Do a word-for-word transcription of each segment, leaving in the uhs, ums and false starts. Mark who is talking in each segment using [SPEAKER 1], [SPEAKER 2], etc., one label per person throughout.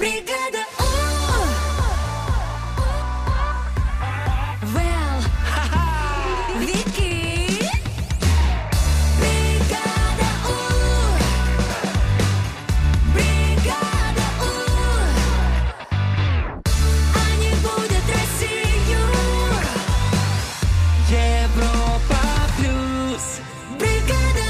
[SPEAKER 1] Бригада У. Вэл. Вики. Бригада У. Бригада У. Они будут Россию. Европа плюс. Бригада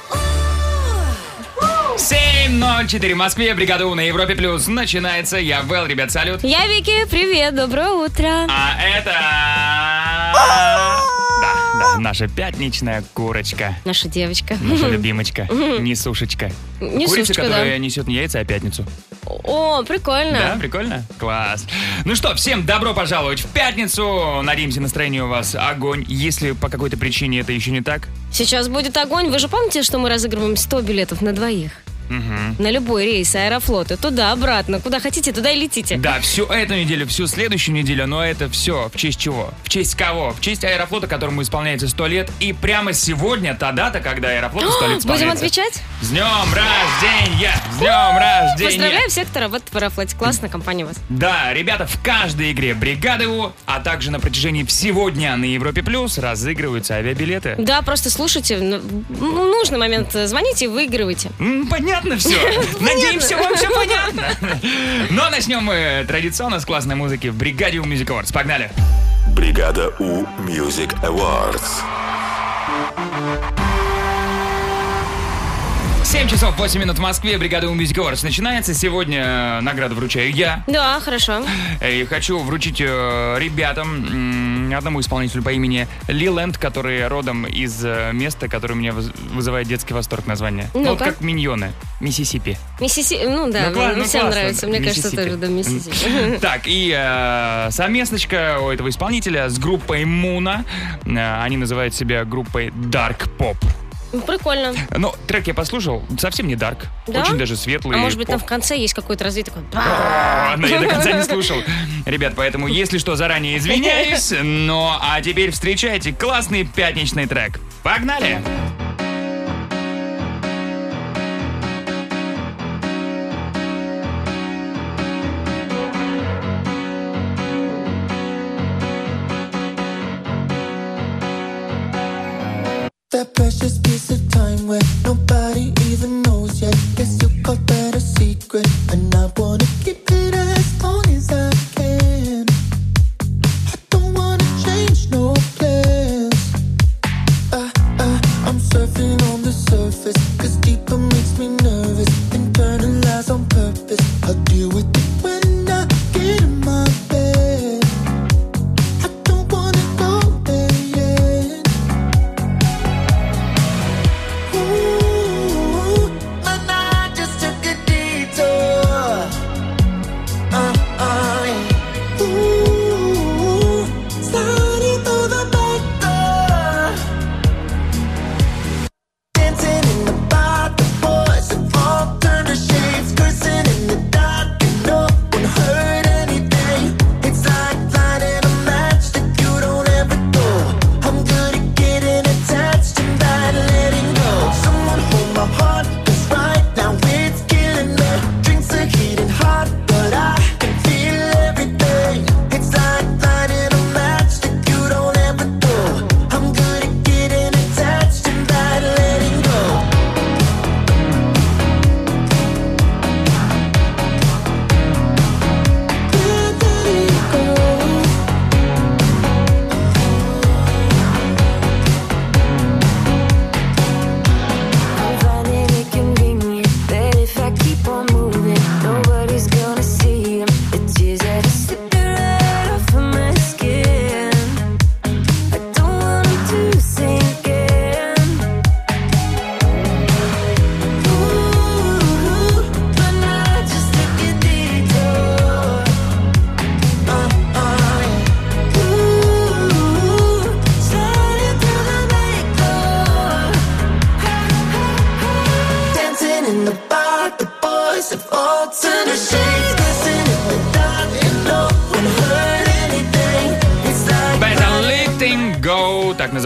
[SPEAKER 1] У.
[SPEAKER 2] семь ноль четыре в Москве, бригада У на Европе плюс начинается. Я Вэл, ребят, салют.
[SPEAKER 3] Я Вики, привет, доброе утро.
[SPEAKER 2] А это... Да, да, наша пятничная курочка.
[SPEAKER 3] Наша девочка.
[SPEAKER 2] Наша любимочка. Несушечка.
[SPEAKER 3] Несушечка,
[SPEAKER 2] Курица, которая
[SPEAKER 3] да.
[SPEAKER 2] несет не яйца, а пятницу.
[SPEAKER 3] О, прикольно.
[SPEAKER 2] Да, прикольно? Класс. Ну что, всем добро пожаловать в пятницу. Надеемся, настроение у вас огонь. Если по какой-то причине это еще не так.
[SPEAKER 3] Сейчас будет огонь. Вы же помните, что мы разыгрываем сто билетов на двоих?
[SPEAKER 2] Угу.
[SPEAKER 3] На любой рейс Аэрофлота. Туда, обратно. Куда хотите, туда и летите.
[SPEAKER 2] Да, всю эту неделю, всю следующую неделю, но это все в честь чего? В честь кого? В честь Аэрофлота, которому исполняется сто лет. И прямо сегодня та дата, когда Аэрофлоту сто лет исполняется.
[SPEAKER 3] Будем отвечать?
[SPEAKER 2] С днем рождения! С днем рождения!
[SPEAKER 3] Поздравляю всех, кто работает в Аэрофлоте. Классная компания у вас.
[SPEAKER 2] Да, ребята, в каждой игре бригады У, а также на протяжении всего дня на Европе Плюс разыгрываются авиабилеты.
[SPEAKER 3] Да, просто слушайте. Ну, в нужный момент звоните и выигрывайте.
[SPEAKER 2] М, Понятно все. Надеемся, вам все понятно. Но начнем мы традиционно с классной музыки в бригаде У Music Awards. Погнали.
[SPEAKER 4] Бригада У Music Awards.
[SPEAKER 2] семь часов восемь минут в Москве. Бригада У Music Awards начинается. Сегодня э, награду вручаю я.
[SPEAKER 3] Да, хорошо.
[SPEAKER 2] И хочу вручить э, ребятам, м, одному исполнителю по имени Лиленд, который родом из э, места, которое у меня выз- вызывает детский восторг название. Ну, вот
[SPEAKER 3] Ну-ка.
[SPEAKER 2] как Миньоны. Миссисипи.
[SPEAKER 3] Миссисипи, ну да,
[SPEAKER 2] Ну, кла- ну,
[SPEAKER 3] всем
[SPEAKER 2] классно.
[SPEAKER 3] нравится. Мне кажется,
[SPEAKER 2] Миссисипи.
[SPEAKER 3] тоже, да, Миссисипи.
[SPEAKER 2] Так, и э, совместночка у этого исполнителя с группой Муна. Э, они называют себя группой Dark Pop.
[SPEAKER 3] Ну, прикольно.
[SPEAKER 2] Но трек я послушал, совсем не дарк.
[SPEAKER 3] Да?
[SPEAKER 2] Очень даже светлый.
[SPEAKER 3] А может быть, там
[SPEAKER 2] поп.
[SPEAKER 3] в конце есть какой-то развитие такой...
[SPEAKER 2] Ладно, я до конца не слушал. Ребят, поэтому, если что, заранее извиняюсь. Ну, а теперь встречайте классный пятничный трек. Погнали!
[SPEAKER 5] That precious piece of time where nobody even knows yet. Guess you call that a secret, and I wanna keep it as long as I can. I don't wanna change no plans. I, I, I'm surfing on the surface, 'cause deeper makes me nervous. Internalize on purpose. I'll deal with it when I get in my bed. I don't wanna go there yet.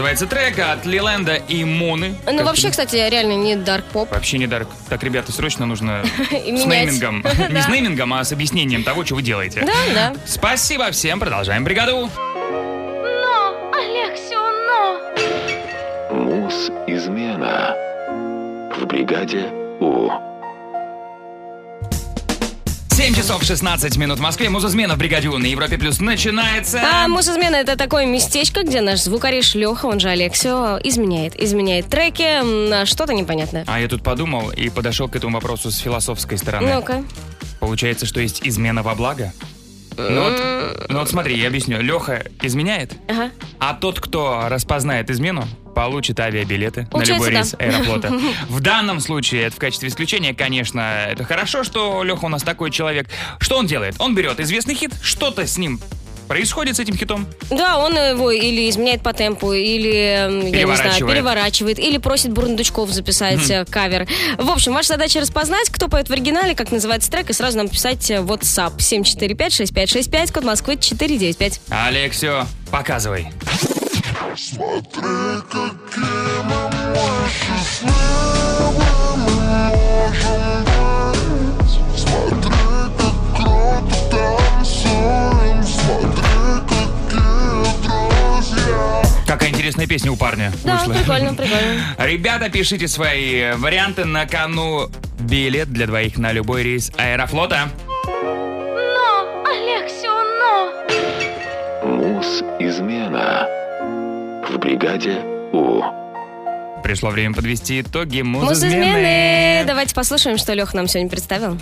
[SPEAKER 2] называется трек от Лиленда и Муны.
[SPEAKER 3] Ну,
[SPEAKER 2] Как
[SPEAKER 3] вообще,
[SPEAKER 2] ты-
[SPEAKER 3] кстати, реально не дарк поп.
[SPEAKER 2] Вообще не дарк. Так, ребята, срочно нужно
[SPEAKER 3] И
[SPEAKER 2] с
[SPEAKER 3] менять.
[SPEAKER 2] неймингом. Не с неймингом, а с объяснением того, что вы делаете.
[SPEAKER 3] Да, да.
[SPEAKER 2] Спасибо всем, продолжаем бригаду.
[SPEAKER 1] Но, Алексио, но.
[SPEAKER 4] Муз-измена в бригаде У.
[SPEAKER 2] семь часов шестнадцать минут в Москве. Музызмена в бригаде У на Европе Плюс начинается.
[SPEAKER 3] А Мусизмена — это такое местечко, где наш звукорежь Леха, он же Алексио, изменяет. Изменяет треки на что-то непонятное.
[SPEAKER 2] А я тут подумал и подошел к этому вопросу с философской стороны.
[SPEAKER 3] Ну-ка.
[SPEAKER 2] Получается, что есть измена во благо? Ну вот, ну вот смотри, я объясню. Леха изменяет,
[SPEAKER 3] Ага.
[SPEAKER 2] а тот, кто распознает измену, получит авиабилеты
[SPEAKER 3] Получается,
[SPEAKER 2] на любой
[SPEAKER 3] да.
[SPEAKER 2] рейс аэрофлота. В данном случае, это в качестве исключения, конечно, это хорошо, что Леха у нас такой человек. Что он делает? Он берет известный хит, что-то с ним происходит с этим хитом.
[SPEAKER 3] Да, он его или изменяет по темпу, или, м, я не знаю,
[SPEAKER 2] Переворачивает.
[SPEAKER 3] переворачивает, или просит бурундучков записать э, кавер. В общем, ваша задача распознать, кто поет в оригинале, как называется трек, и сразу нам писать э, в WhatsApp семь четыре пять шесть пять шесть пять, код Москвы четыре девять пять.
[SPEAKER 2] Алексио, показывай. Какая интересная песня у парня
[SPEAKER 3] Да,
[SPEAKER 2] вышла.
[SPEAKER 3] прикольно, прикольно.
[SPEAKER 2] Ребята, пишите свои варианты. На кону билет для двоих на любой рейс Аэрофлота.
[SPEAKER 1] Но, Алексио, но.
[SPEAKER 4] Муз-измена в бригаде У.
[SPEAKER 2] Пришло время подвести итоги
[SPEAKER 3] Музызмены.
[SPEAKER 2] музызмены.
[SPEAKER 3] Давайте послушаем, что Леха нам сегодня представил.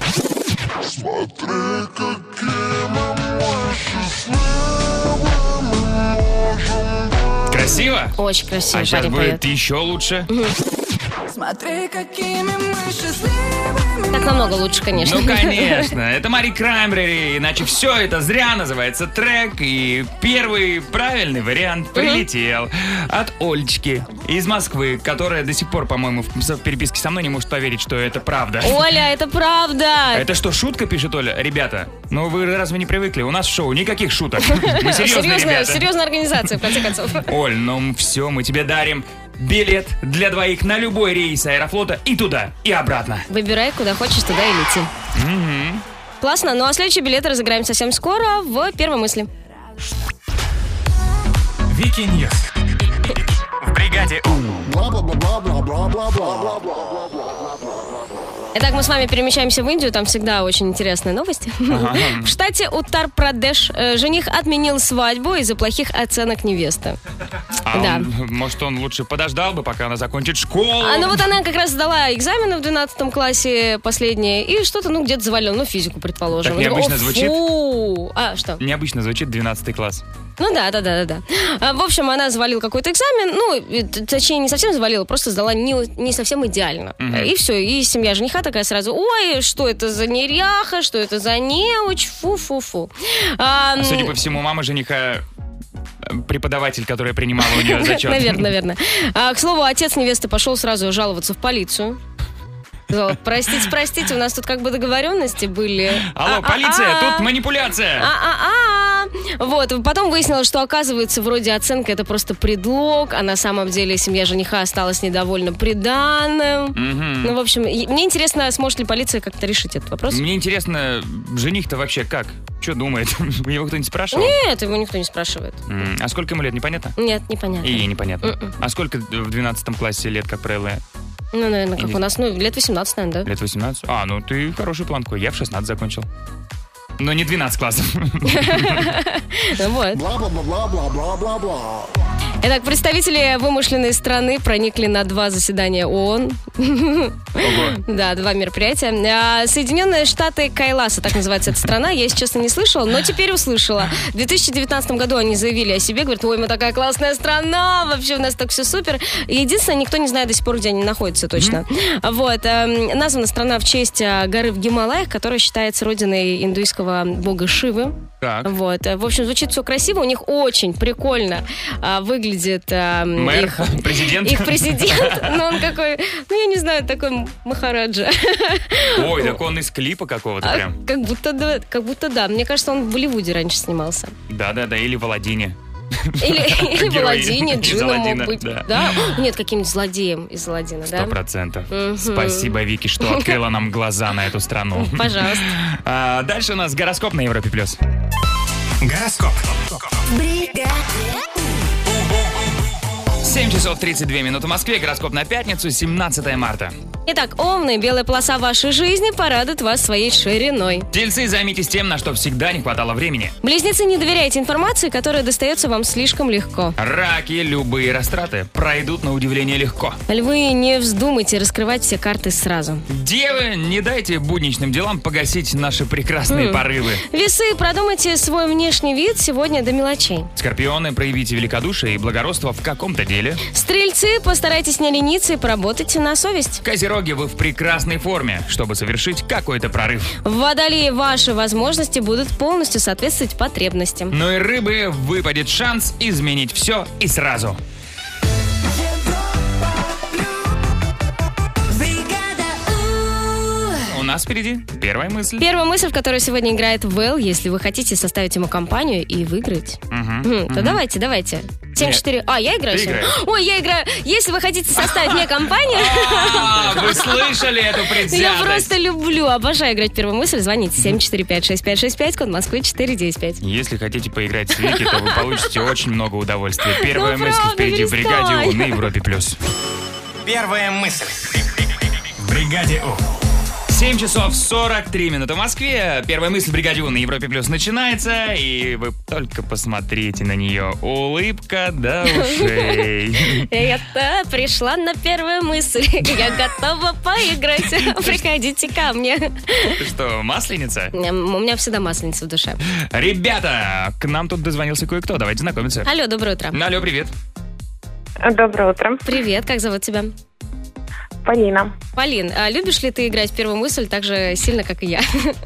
[SPEAKER 2] Красиво?
[SPEAKER 3] Очень красиво
[SPEAKER 2] А сейчас
[SPEAKER 3] парень
[SPEAKER 2] будет
[SPEAKER 3] поет.
[SPEAKER 2] еще лучше.
[SPEAKER 1] Смотри, какими мы счастливыми.
[SPEAKER 3] Так намного лучше, конечно.
[SPEAKER 2] Ну, конечно. Это Мари Краймбрери. Иначе все это зря называется трек. И первый правильный вариант прилетел от Олечки из Москвы, которая до сих пор, по-моему, в в переписке со мной не может поверить, что это правда.
[SPEAKER 3] Оля, это правда.
[SPEAKER 2] Это что, шутка, пишет Оля? Ребята, ну вы разве не привыкли? У нас в шоу никаких шуток. Мы серьезные
[SPEAKER 3] Серьезная,
[SPEAKER 2] ребята.
[SPEAKER 3] серьезная организация, в конце концов.
[SPEAKER 2] Оль, ну все, мы тебе дарим билет для двоих на любой рейс Аэрофлота и туда, и обратно.
[SPEAKER 3] Выбирай, куда хочешь, туда и лети. Классно. Ну а следующие билеты разыграем совсем скоро в первой мысли.
[SPEAKER 2] Вики Ньюс. В бригаде У.
[SPEAKER 3] Итак, мы с вами перемещаемся в Индию, там всегда очень интересные новости. В штате Уттар-Прадеш э, жених отменил свадьбу из-за плохих оценок невесты.
[SPEAKER 2] А
[SPEAKER 3] Да.
[SPEAKER 2] он, может, он лучше подождал бы, пока она закончит школу?
[SPEAKER 3] А ну вот она как раз сдала экзамены в двенадцатом классе последние, и что-то, ну, где-то завалила, ну, физику, предположим.
[SPEAKER 2] Так
[SPEAKER 3] Я говорю,
[SPEAKER 2] необычно
[SPEAKER 3] «О,
[SPEAKER 2] звучит».
[SPEAKER 3] фу!» А, что?
[SPEAKER 2] Необычно звучит двенадцатый класс.
[SPEAKER 3] Ну да, да, да, да, да. А, в общем, она завалила какой-то экзамен, ну, и, т- точнее, не совсем завалила, просто сдала не, не совсем идеально. И все, и семья жениха такая сразу: ой, что это за неряха, что это за неуч, фу-фу-фу. А, м,
[SPEAKER 2] Судя по всему, мама жениха э, преподаватель, которая принимала у нее зачет.
[SPEAKER 3] Наверное, наверное. А, к слову, отец невесты пошел сразу жаловаться в полицию. Сказал: простите, простите, у нас тут как бы договоренности были.
[SPEAKER 2] Алло,
[SPEAKER 3] А-а-а.
[SPEAKER 2] полиция, тут манипуляция.
[SPEAKER 3] А-а-а. Вот, потом выяснилось, что, оказывается, вроде оценка — это просто предлог, а на самом деле семья жениха осталась недовольна приданым.
[SPEAKER 2] Мгм.
[SPEAKER 3] Ну, в общем, и- мне интересно, сможет ли полиция как-то решить этот вопрос?
[SPEAKER 2] Мне интересно, жених-то вообще как? Что думает? Его кто-нибудь спрашивал?
[SPEAKER 3] Нет, его никто не спрашивает.
[SPEAKER 2] М, А сколько ему лет, непонятно?
[SPEAKER 3] Нет, непонятно.
[SPEAKER 2] И ей непонятно.
[SPEAKER 3] М-м.
[SPEAKER 2] А сколько в двенадцатом классе лет, как правило?
[SPEAKER 3] Ну, наверное, как
[SPEAKER 2] Или-
[SPEAKER 3] у нас, ну, лет восемнадцать, наверное, да?
[SPEAKER 2] Лет восемнадцать? А, ну ты хорошую планку. Я в шестнадцать закончил. Но не двенадцать классов.
[SPEAKER 3] Ну, вот. Итак, представители вымышленной страны проникли на два заседания ООН.
[SPEAKER 2] Ого.
[SPEAKER 3] Да, два мероприятия. А, Соединенные Штаты Кайласа, так называется эта страна. Я, если честно, не слышала, но теперь услышала. В две тысячи девятнадцатом году они заявили о себе, говорят: ой, мы такая классная страна, вообще у нас так все супер. И единственное, никто не знает до сих пор, где они находятся точно. Вот. эм, Названа страна в честь а, горы в Гималаях, которая считается родиной индуистского бога Шивы.
[SPEAKER 2] Так.
[SPEAKER 3] Вот. В общем, звучит все красиво, у них очень прикольно а, выглядит а,
[SPEAKER 2] Мэр,
[SPEAKER 3] их,
[SPEAKER 2] президент.
[SPEAKER 3] их президент. Но он какой, ну я не знаю, такой махараджа.
[SPEAKER 2] Ой, так он из клипа какого-то
[SPEAKER 3] А,
[SPEAKER 2] прям.
[SPEAKER 3] Как будто да, как будто да. Мне кажется, он в Болливуде раньше снимался.
[SPEAKER 2] Да-да-да, или в Аладдине.
[SPEAKER 3] Или, или в
[SPEAKER 2] Герой
[SPEAKER 3] Аладдине,
[SPEAKER 2] из
[SPEAKER 3] Джином мог
[SPEAKER 2] Аладдина,
[SPEAKER 3] быть.
[SPEAKER 2] да.
[SPEAKER 3] Да? Нет, каким-нибудь злодеем из Аладдина, да?
[SPEAKER 2] Сто процентов.
[SPEAKER 3] Мгм.
[SPEAKER 2] Спасибо, Вики, что открыла нам глаза на эту страну.
[SPEAKER 3] Пожалуйста.
[SPEAKER 2] А, дальше у нас гороскоп на Европе+. плюс.
[SPEAKER 6] Гороскоп.
[SPEAKER 2] семь часов тридцать две минуты в Москве. Гороскоп на пятницу, семнадцатое марта.
[SPEAKER 3] Итак, овны, белая полоса вашей жизни порадует вас своей шириной.
[SPEAKER 2] Тельцы, займитесь тем, на что всегда не хватало времени.
[SPEAKER 3] Близнецы, не доверяйте информации, которая достается вам слишком легко.
[SPEAKER 2] Раки, любые растраты пройдут на удивление легко.
[SPEAKER 3] Львы, не вздумайте раскрывать все карты сразу.
[SPEAKER 2] Девы, не дайте будничным делам погасить наши прекрасные
[SPEAKER 3] М.
[SPEAKER 2] порывы.
[SPEAKER 3] Весы, продумайте свой внешний вид сегодня до мелочей.
[SPEAKER 2] Скорпионы, проявите великодушие и благородство в каком-то деле.
[SPEAKER 3] Стрельцы, постарайтесь не лениться и поработайте на совесть.
[SPEAKER 2] Козероги, вы в прекрасной форме, чтобы совершить какой-то прорыв.
[SPEAKER 3] Водолеи, ваши возможности будут полностью соответствовать потребностям.
[SPEAKER 2] Ну и рыбы, выпадет шанс изменить все и сразу. У нас впереди первая мысль.
[SPEAKER 3] Первая мысль, в которой сегодня играет Вэл, если вы хотите составить ему компанию и выиграть.
[SPEAKER 2] Мгм,
[SPEAKER 3] М, То
[SPEAKER 2] мгм.
[SPEAKER 3] давайте, давайте. семь четыре. А, я играю
[SPEAKER 2] Ты
[SPEAKER 3] сегодня?
[SPEAKER 2] играешь.
[SPEAKER 3] Ой, я играю. Если вы хотите составить мне компанию...
[SPEAKER 2] А, вы слышали эту
[SPEAKER 3] Я
[SPEAKER 2] предвзятость?
[SPEAKER 3] просто люблю, обожаю играть в первую мысль. Звоните семь четыре пять шесть пять шесть пять, код Москвы четыре девять пять.
[SPEAKER 2] Если хотите поиграть с Вики, то вы получите очень много удовольствия. Первая
[SPEAKER 3] Ну,
[SPEAKER 2] мысль
[SPEAKER 3] правда,
[SPEAKER 2] впереди в
[SPEAKER 3] перестань.
[SPEAKER 2] бригаде У на Европе+. плюс.
[SPEAKER 6] Первая мысль. В бригаде У.
[SPEAKER 2] семь часов сорок три минуты в Москве. Первая мысль в бригаде У на Европе Плюс начинается. И вы только посмотрите на нее. Улыбка до ушей.
[SPEAKER 3] Я-то пришла на первую мысль. Я готова поиграть. Приходите ко мне.
[SPEAKER 2] Ты что, масленица?
[SPEAKER 3] У меня всегда масленица в душе.
[SPEAKER 2] Ребята, к нам тут дозвонился кое-кто. Давайте знакомиться.
[SPEAKER 3] Алло, доброе утро.
[SPEAKER 2] Алло, привет.
[SPEAKER 7] Доброе утро.
[SPEAKER 3] Привет, как зовут тебя?
[SPEAKER 7] Полина.
[SPEAKER 3] Полин, а любишь ли ты играть в первую мысль так же сильно, как и я?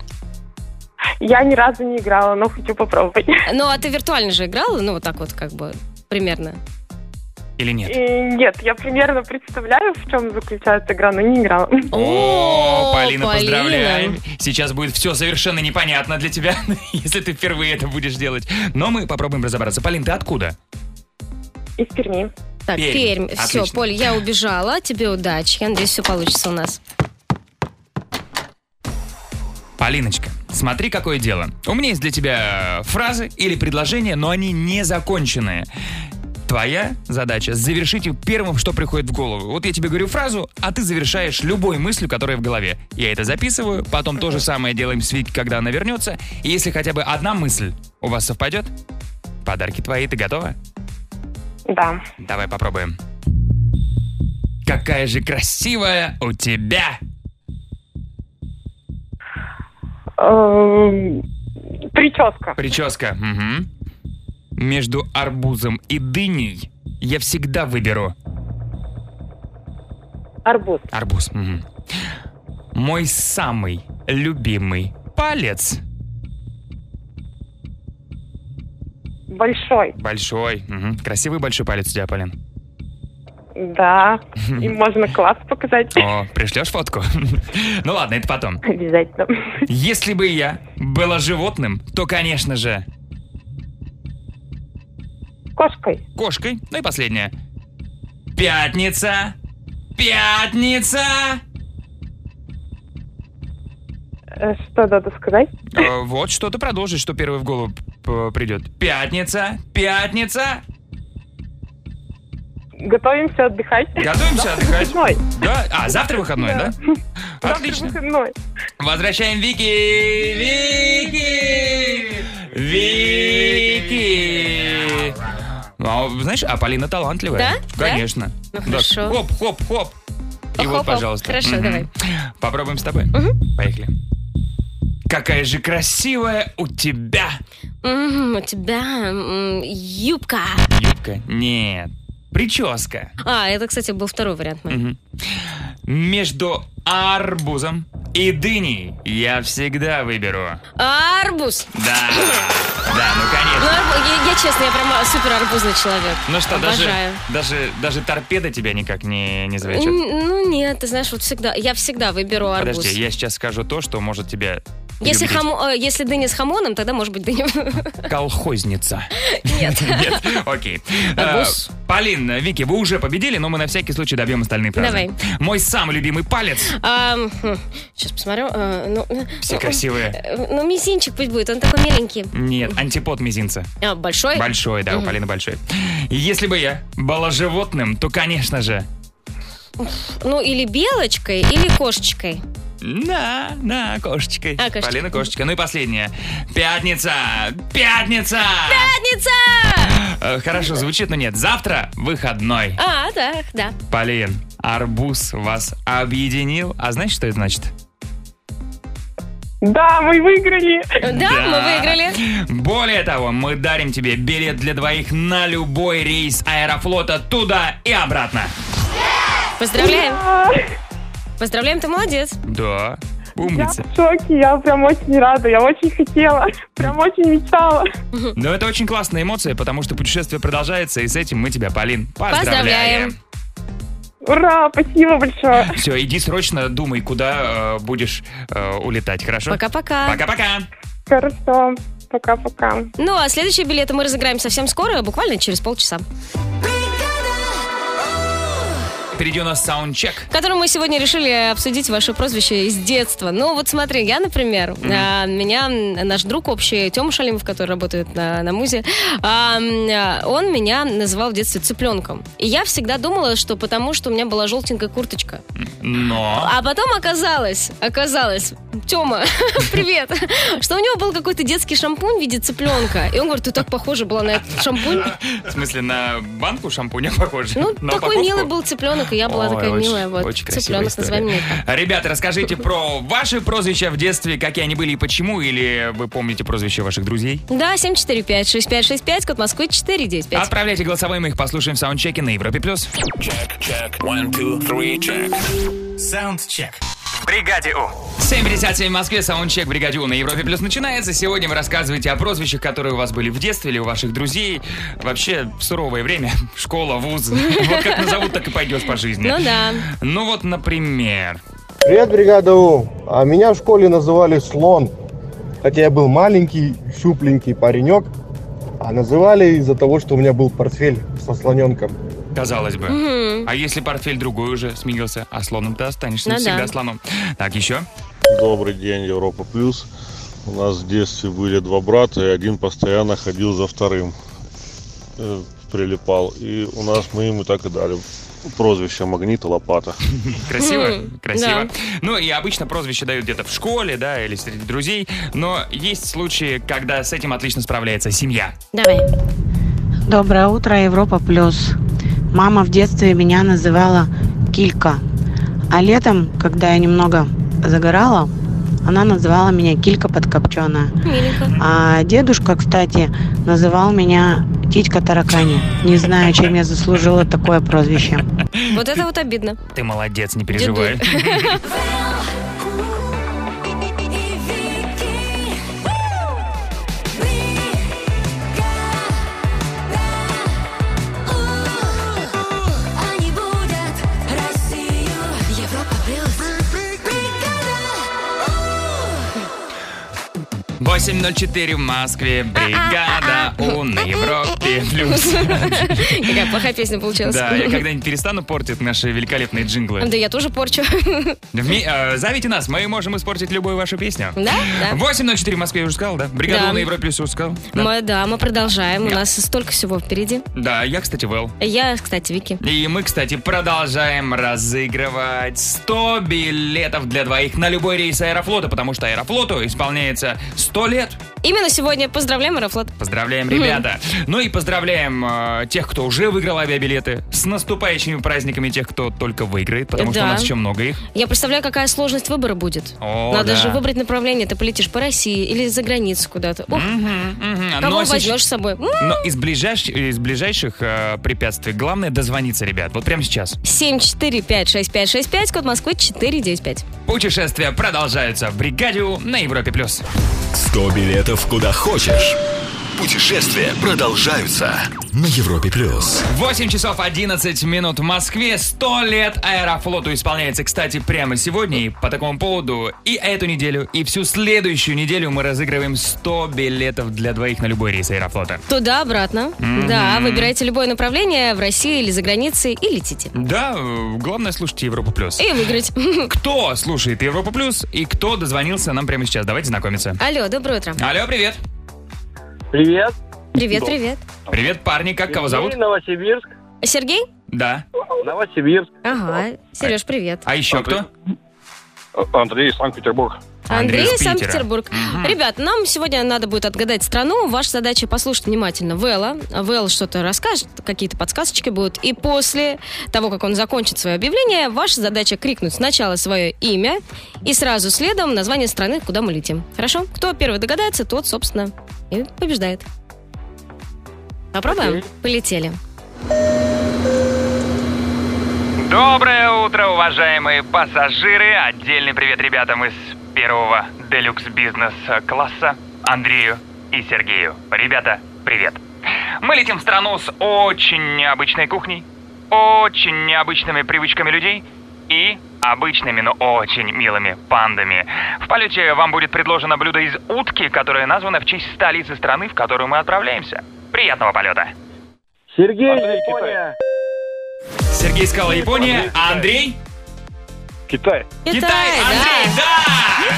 [SPEAKER 7] Я ни разу не играла, но хочу попробовать.
[SPEAKER 3] Ну, а ты виртуально же играла? Ну, вот так вот, как бы, примерно.
[SPEAKER 2] Или нет?
[SPEAKER 7] И нет, я примерно представляю, в чем заключается игра, но не играла.
[SPEAKER 2] О, Полина,
[SPEAKER 3] Полина.
[SPEAKER 2] поздравляем. Сейчас будет все совершенно непонятно для тебя, если ты впервые это будешь делать. Но мы попробуем разобраться. Полин, ты откуда?
[SPEAKER 7] Из Перми.
[SPEAKER 3] Так,
[SPEAKER 2] Пермь.
[SPEAKER 3] Пермь. Все,
[SPEAKER 2] Отлично.
[SPEAKER 3] Поль, я убежала. Тебе удачи. Я надеюсь, все получится у нас.
[SPEAKER 2] Полиночка, смотри, какое дело. У меня есть для тебя фразы или предложения, но они не законченные. Твоя задача завершить их первым, что приходит в голову. Вот я тебе говорю фразу, а ты завершаешь любой мыслью, которая в голове. Я это записываю, потом то же самое делаем с Вики, когда она вернется. И если хотя бы одна мысль у вас совпадет, подарки твои, ты готова?
[SPEAKER 7] Да.
[SPEAKER 2] Давай попробуем. Какая же красивая у тебя!
[SPEAKER 7] Эм, Прическа.
[SPEAKER 2] Прическа. Мгм. Между арбузом и дыней я всегда выберу
[SPEAKER 7] Арбуз.
[SPEAKER 2] арбуз. Мгм. Мой самый любимый палец.
[SPEAKER 7] Большой.
[SPEAKER 2] Большой. Мгм. Красивый большой палец у тебя, Полин.
[SPEAKER 7] Да. И можно класс показать.
[SPEAKER 2] О, пришлешь фотку? Ну ладно, это потом.
[SPEAKER 7] Обязательно.
[SPEAKER 2] Если бы я была животным, то, конечно же,
[SPEAKER 7] Кошкой.
[SPEAKER 2] кошкой. Ну и последнее. Пятница. Пятница.
[SPEAKER 7] Э, Что надо сказать?
[SPEAKER 2] Э, Вот что ты продолжишь, что первый в голову п- придет. Пятница. Пятница.
[SPEAKER 7] Готовимся отдыхать.
[SPEAKER 2] Готовимся отдыхать.
[SPEAKER 7] Выходной.
[SPEAKER 2] Да? А, завтра выходной, да?
[SPEAKER 7] Завтра
[SPEAKER 2] Отлично.
[SPEAKER 7] выходной.
[SPEAKER 2] Возвращаем Вики. Вики. Вики. Ну, а, знаешь, а Полина талантливая.
[SPEAKER 3] Да? Да?
[SPEAKER 2] Конечно.
[SPEAKER 3] Ну,
[SPEAKER 2] Да.
[SPEAKER 3] хорошо.
[SPEAKER 2] Хоп, хоп, хоп. И вот,
[SPEAKER 3] Хоп-хоп.
[SPEAKER 2] пожалуйста.
[SPEAKER 3] Хорошо,
[SPEAKER 2] Мгм.
[SPEAKER 3] давай.
[SPEAKER 2] Попробуем с тобой. Поехали. Какая же красивая у тебя
[SPEAKER 3] М, у тебя м, юбка.
[SPEAKER 2] юбка. Нет. Прическа.
[SPEAKER 3] А, это, кстати, был второй вариант мой.
[SPEAKER 2] Мгм. Между арбузом и дыней я всегда выберу.
[SPEAKER 3] Арбуз.
[SPEAKER 2] Да. Да, ну
[SPEAKER 3] Ну,
[SPEAKER 2] конечно.
[SPEAKER 3] арбу- я, я честно, я прям супер арбузный человек.
[SPEAKER 2] Ну что, даже,
[SPEAKER 3] Обожаю.
[SPEAKER 2] даже, даже торпеда тебя никак не, не завлечет.
[SPEAKER 3] Н- Ну нет, ты знаешь, вот всегда, я всегда выберу арбуз.
[SPEAKER 2] Подожди, я сейчас скажу то, что может тебя
[SPEAKER 3] Если,
[SPEAKER 2] Любить.
[SPEAKER 3] хамо, э, если дыня с хамоном, тогда может быть дыня.
[SPEAKER 2] Колхозница.
[SPEAKER 3] Нет.
[SPEAKER 2] Нет? Окей.
[SPEAKER 3] Арбуз.
[SPEAKER 2] Э, Полин, Вики, вы уже победили, но мы на всякий случай добьем остальные фразы.
[SPEAKER 3] Давай.
[SPEAKER 2] Мой самый любимый палец.
[SPEAKER 3] Сейчас посмотрю. а, ну,
[SPEAKER 2] Все красивые.
[SPEAKER 3] э, Ну, мизинчик пусть будет, он такой миленький.
[SPEAKER 2] Нет, антипод мизинца.
[SPEAKER 3] А, большой?
[SPEAKER 2] Большой, да, у Полины большой. Если бы я была животным, то, конечно же...
[SPEAKER 3] Ну, или белочкой, или кошечкой.
[SPEAKER 2] Да, да, кошечкой.
[SPEAKER 3] А, кошечкой.
[SPEAKER 2] Полина кошечка. Ну и последнее. Пятница! Пятница!
[SPEAKER 3] Пятница!
[SPEAKER 2] Э, Хорошо звучит, но нет. Завтра выходной.
[SPEAKER 3] А, так, да.
[SPEAKER 2] Полин, арбуз вас объединил. А знаешь, что это значит?
[SPEAKER 7] Да, мы выиграли.
[SPEAKER 3] Да, мы выиграли.
[SPEAKER 2] Более того, мы дарим тебе билет для двоих на любой рейс Аэрофлота туда и обратно.
[SPEAKER 3] Поздравляем.
[SPEAKER 7] А,
[SPEAKER 3] Поздравляем, ты молодец.
[SPEAKER 2] Да,
[SPEAKER 7] Я
[SPEAKER 2] умница.
[SPEAKER 7] в шоке, я прям очень рада, я очень хотела, прям очень мечтала.
[SPEAKER 2] Но это очень классная эмоция, потому что путешествие продолжается, и с этим мы тебя, Полин, поздравляем.
[SPEAKER 3] Поздравляем.
[SPEAKER 7] Ура, спасибо большое.
[SPEAKER 2] Все, иди срочно думай, куда э, будешь э, улетать, хорошо?
[SPEAKER 3] Пока-пока.
[SPEAKER 2] Пока-пока.
[SPEAKER 7] Хорошо, пока-пока.
[SPEAKER 3] Ну, а следующие билеты мы разыграем совсем скоро, буквально через полчаса.
[SPEAKER 2] Впереди у нас саундчек.
[SPEAKER 3] В котором мы сегодня решили обсудить ваше прозвище из детства. Ну, вот смотри, я, например, а, меня наш друг общий, Тёма Шалимов, который работает на, на Музе, а, он меня называл в детстве цыпленком. И я всегда думала, что потому, что у меня была желтенькая курточка.
[SPEAKER 2] Но...
[SPEAKER 3] А потом оказалось, оказалось, Тёма, привет, что у него был какой-то детский шампунь в виде цыпленка. И он говорит, ты так похожа была на этот шампунь.
[SPEAKER 2] В смысле, на банку шампуня похоже?
[SPEAKER 3] Ну,
[SPEAKER 2] На
[SPEAKER 3] такой
[SPEAKER 2] упаковку?
[SPEAKER 3] милый был цыпленок, и я была
[SPEAKER 2] Ой,
[SPEAKER 3] такая
[SPEAKER 2] очень-
[SPEAKER 3] милая. Вот,
[SPEAKER 2] очень красивая
[SPEAKER 3] цыпленок,
[SPEAKER 2] история.
[SPEAKER 3] называй меня так.
[SPEAKER 2] Ребята, расскажите про ваши прозвища в детстве, какие они были и почему, или вы помните прозвища ваших друзей?
[SPEAKER 3] Да, семь четыре пять шесть пять шесть пять, код Москвы четыре девять пять.
[SPEAKER 2] Отправляйте голосовые, мы их послушаем в саундчеке на Европе+. плюс.
[SPEAKER 6] Саундчек. В бригаде У.
[SPEAKER 2] семь пятьдесят семь в Москве, саундчек в бригаде У на Европе Плюс начинается. Сегодня вы рассказываете о прозвищах, которые у вас были в детстве или у ваших друзей. Вообще, суровое время. Школа, вуз. Вот как назовут, так и пойдешь по жизни.
[SPEAKER 3] Ну да.
[SPEAKER 2] Ну вот, например.
[SPEAKER 8] Привет, бригада У. А меня в школе называли Слон. Хотя я был маленький, щупленький паренек. А называли из-за того, что у меня был портфель со слоненком.
[SPEAKER 2] Казалось бы.
[SPEAKER 3] Мгм.
[SPEAKER 2] А если портфель другой уже сменился, а слоном ты останешься
[SPEAKER 3] Ну
[SPEAKER 2] навсегда
[SPEAKER 3] да.
[SPEAKER 2] слоном. Так, еще?
[SPEAKER 9] Добрый день, Европа Плюс. У нас в детстве были два брата, и один постоянно ходил за вторым. Э, Прилипал. И у нас мы ему так и дали прозвище Магнит и Лопата.
[SPEAKER 2] Красиво?
[SPEAKER 3] Хм,
[SPEAKER 2] Красиво.
[SPEAKER 3] да.
[SPEAKER 2] Ну и обычно прозвище дают где-то в школе, да, или среди друзей. Но есть случаи, когда с этим отлично справляется семья.
[SPEAKER 3] Давай.
[SPEAKER 10] Доброе утро, Европа Плюс. Мама в детстве меня называла Килька. А летом, когда я немного загорала, она называла меня Килька подкопченая.
[SPEAKER 3] Миленько.
[SPEAKER 10] А дедушка, кстати, называл меня Титька Таракани. Не знаю, чем я заслужила такое прозвище.
[SPEAKER 3] Вот это вот обидно.
[SPEAKER 2] Ты молодец, не переживай.
[SPEAKER 1] Они будут Россию, Европа плюс.
[SPEAKER 2] восемь ноль четыре в Москве, бригада У на Европе Плюс.
[SPEAKER 3] Какая плохая песня получилась.
[SPEAKER 2] Да, я когда-нибудь перестану портить наши великолепные джинглы.
[SPEAKER 3] Да я тоже порчу.
[SPEAKER 2] Ми- э, Зовите нас, мы можем испортить любую вашу песню.
[SPEAKER 3] Да? Да.
[SPEAKER 2] восемь ноль четыре в Москве, я уже сказал, да? Бригада
[SPEAKER 3] Да.
[SPEAKER 2] У на Европе Плюс уже сказал. Да.
[SPEAKER 3] Мы, да, мы продолжаем. У
[SPEAKER 2] Да.
[SPEAKER 3] нас столько всего впереди.
[SPEAKER 2] Да, я, кстати, Вэл.
[SPEAKER 3] Я, кстати, Вики.
[SPEAKER 2] И мы, кстати, продолжаем разыгрывать сто билетов для двоих на любой рейс Аэрофлота, потому что Аэрофлоту исполняется сто лет.
[SPEAKER 3] Именно сегодня поздравляем Аэрофлот.
[SPEAKER 2] Поздравляем, ребята. Ну и поздравляем э, тех, кто уже выиграл авиабилеты, с наступающими праздниками тех, кто только выиграет, потому что
[SPEAKER 3] Да.
[SPEAKER 2] у нас еще много их.
[SPEAKER 3] Я представляю, какая сложность выбора будет.
[SPEAKER 2] О,
[SPEAKER 3] Надо
[SPEAKER 2] да.
[SPEAKER 3] же выбрать направление. Ты полетишь по России или за границу куда-то. Ух,
[SPEAKER 2] Мгм, мгм.
[SPEAKER 3] кого
[SPEAKER 2] Но сейчас-
[SPEAKER 3] возьмешь с собой? М,
[SPEAKER 2] Но из, ближайш- из ближайших э, препятствий главное дозвониться, ребят. Вот прямо сейчас.
[SPEAKER 3] семь четыре пять шесть пять шесть пять, код Москвы четыре девять пять.
[SPEAKER 2] Путешествия продолжаются в бригаде У на Европе плюс.
[SPEAKER 11] сто билетов куда хочешь. Путешествия продолжаются на Европе+. плюс.
[SPEAKER 2] восемь часов одиннадцать минут в Москве. Сто лет Аэрофлоту исполняется, кстати, прямо сегодня. И по такому поводу и эту неделю, и всю следующую неделю мы разыгрываем сто билетов для двоих на любой рейс Аэрофлота.
[SPEAKER 3] Туда-обратно. Mm-hmm. Да, выбирайте любое направление в России или за границей и летите.
[SPEAKER 2] Да, главное слушайте Европу+. плюс.
[SPEAKER 3] И выиграть.
[SPEAKER 2] Кто слушает Европу+, плюс и кто дозвонился нам прямо сейчас? Давайте знакомиться.
[SPEAKER 3] Алло, доброе утро.
[SPEAKER 2] Алло, привет.
[SPEAKER 12] Привет.
[SPEAKER 3] Привет, привет.
[SPEAKER 2] Привет, парни, как кого зовут?
[SPEAKER 12] Новосибирск.
[SPEAKER 3] Сергей?
[SPEAKER 2] Да.
[SPEAKER 12] Новосибирск.
[SPEAKER 3] Ага, Сереж, привет.
[SPEAKER 2] А еще кто?
[SPEAKER 12] Андрей, Санкт-Петербург.
[SPEAKER 3] Андрей,
[SPEAKER 2] Андрей
[SPEAKER 3] Санкт-Петербург.
[SPEAKER 2] Угу.
[SPEAKER 3] Ребят, нам сегодня надо будет отгадать страну. Ваша задача послушать внимательно Вэлла. Вэлл что-то расскажет, какие-то подсказочки будут. И после того, как он закончит свое объявление, ваша задача крикнуть сначала свое имя и сразу следом название страны, куда мы летим. Хорошо? Кто первый догадается, тот, собственно, и побеждает. Попробуем?
[SPEAKER 12] Окей.
[SPEAKER 3] Полетели.
[SPEAKER 2] Доброе утро, уважаемые пассажиры. Отдельный привет ребятам из первого Deluxe бизнес-класса Андрею и Сергею. Ребята, привет. Мы летим в страну с очень необычной кухней, очень необычными привычками людей и обычными, но очень милыми пандами. В полете вам будет предложено блюдо из утки, которое названо в честь столицы страны, в которую мы отправляемся. Приятного полета.
[SPEAKER 12] Сергей, Япония.
[SPEAKER 2] Сергей сказал Япония, а Андрей?
[SPEAKER 12] Китай.
[SPEAKER 3] Китай,
[SPEAKER 2] Андрей, да!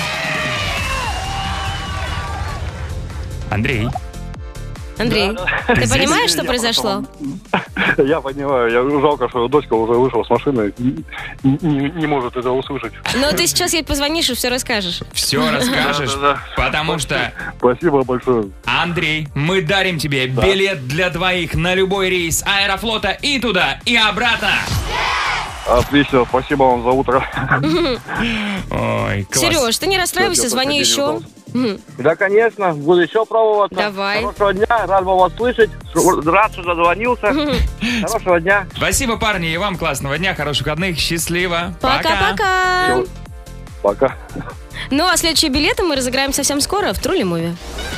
[SPEAKER 3] Андрей,
[SPEAKER 2] Андрей.
[SPEAKER 3] Андрей,
[SPEAKER 12] Да,
[SPEAKER 3] ты
[SPEAKER 12] да.
[SPEAKER 3] понимаешь,
[SPEAKER 12] Я
[SPEAKER 3] что произошло?
[SPEAKER 12] Я понимаю, я жалко, что дочка уже вышла с машины, не, не- не может это услышать.
[SPEAKER 3] Но ты сейчас ей позвонишь и все расскажешь.
[SPEAKER 2] Все расскажешь,
[SPEAKER 12] Да-да-да.
[SPEAKER 2] потому что,
[SPEAKER 12] Спасибо большое.
[SPEAKER 2] Андрей, мы дарим тебе
[SPEAKER 12] Да.
[SPEAKER 2] билет для двоих на любой рейс Аэрофлота и туда, и обратно.
[SPEAKER 12] Отлично, спасибо вам за утро.
[SPEAKER 2] Ой, класс.
[SPEAKER 3] Сереж, ты не расстраивайся,
[SPEAKER 12] Всё,
[SPEAKER 3] звони
[SPEAKER 12] всё,
[SPEAKER 3] еще. Мгм.
[SPEAKER 12] Да, конечно, буду еще пробоваться.
[SPEAKER 3] Давай.
[SPEAKER 12] Хорошего дня, рад был вас слышать. Рад, что дозвонился. Хорошего дня.
[SPEAKER 2] Спасибо, парни, и вам классного дня, хороших выходных, счастливо.
[SPEAKER 3] Пока-пока.
[SPEAKER 12] Всё. Пока.
[SPEAKER 3] Ну, а следующие билеты мы разыграем совсем скоро в Трули Муви.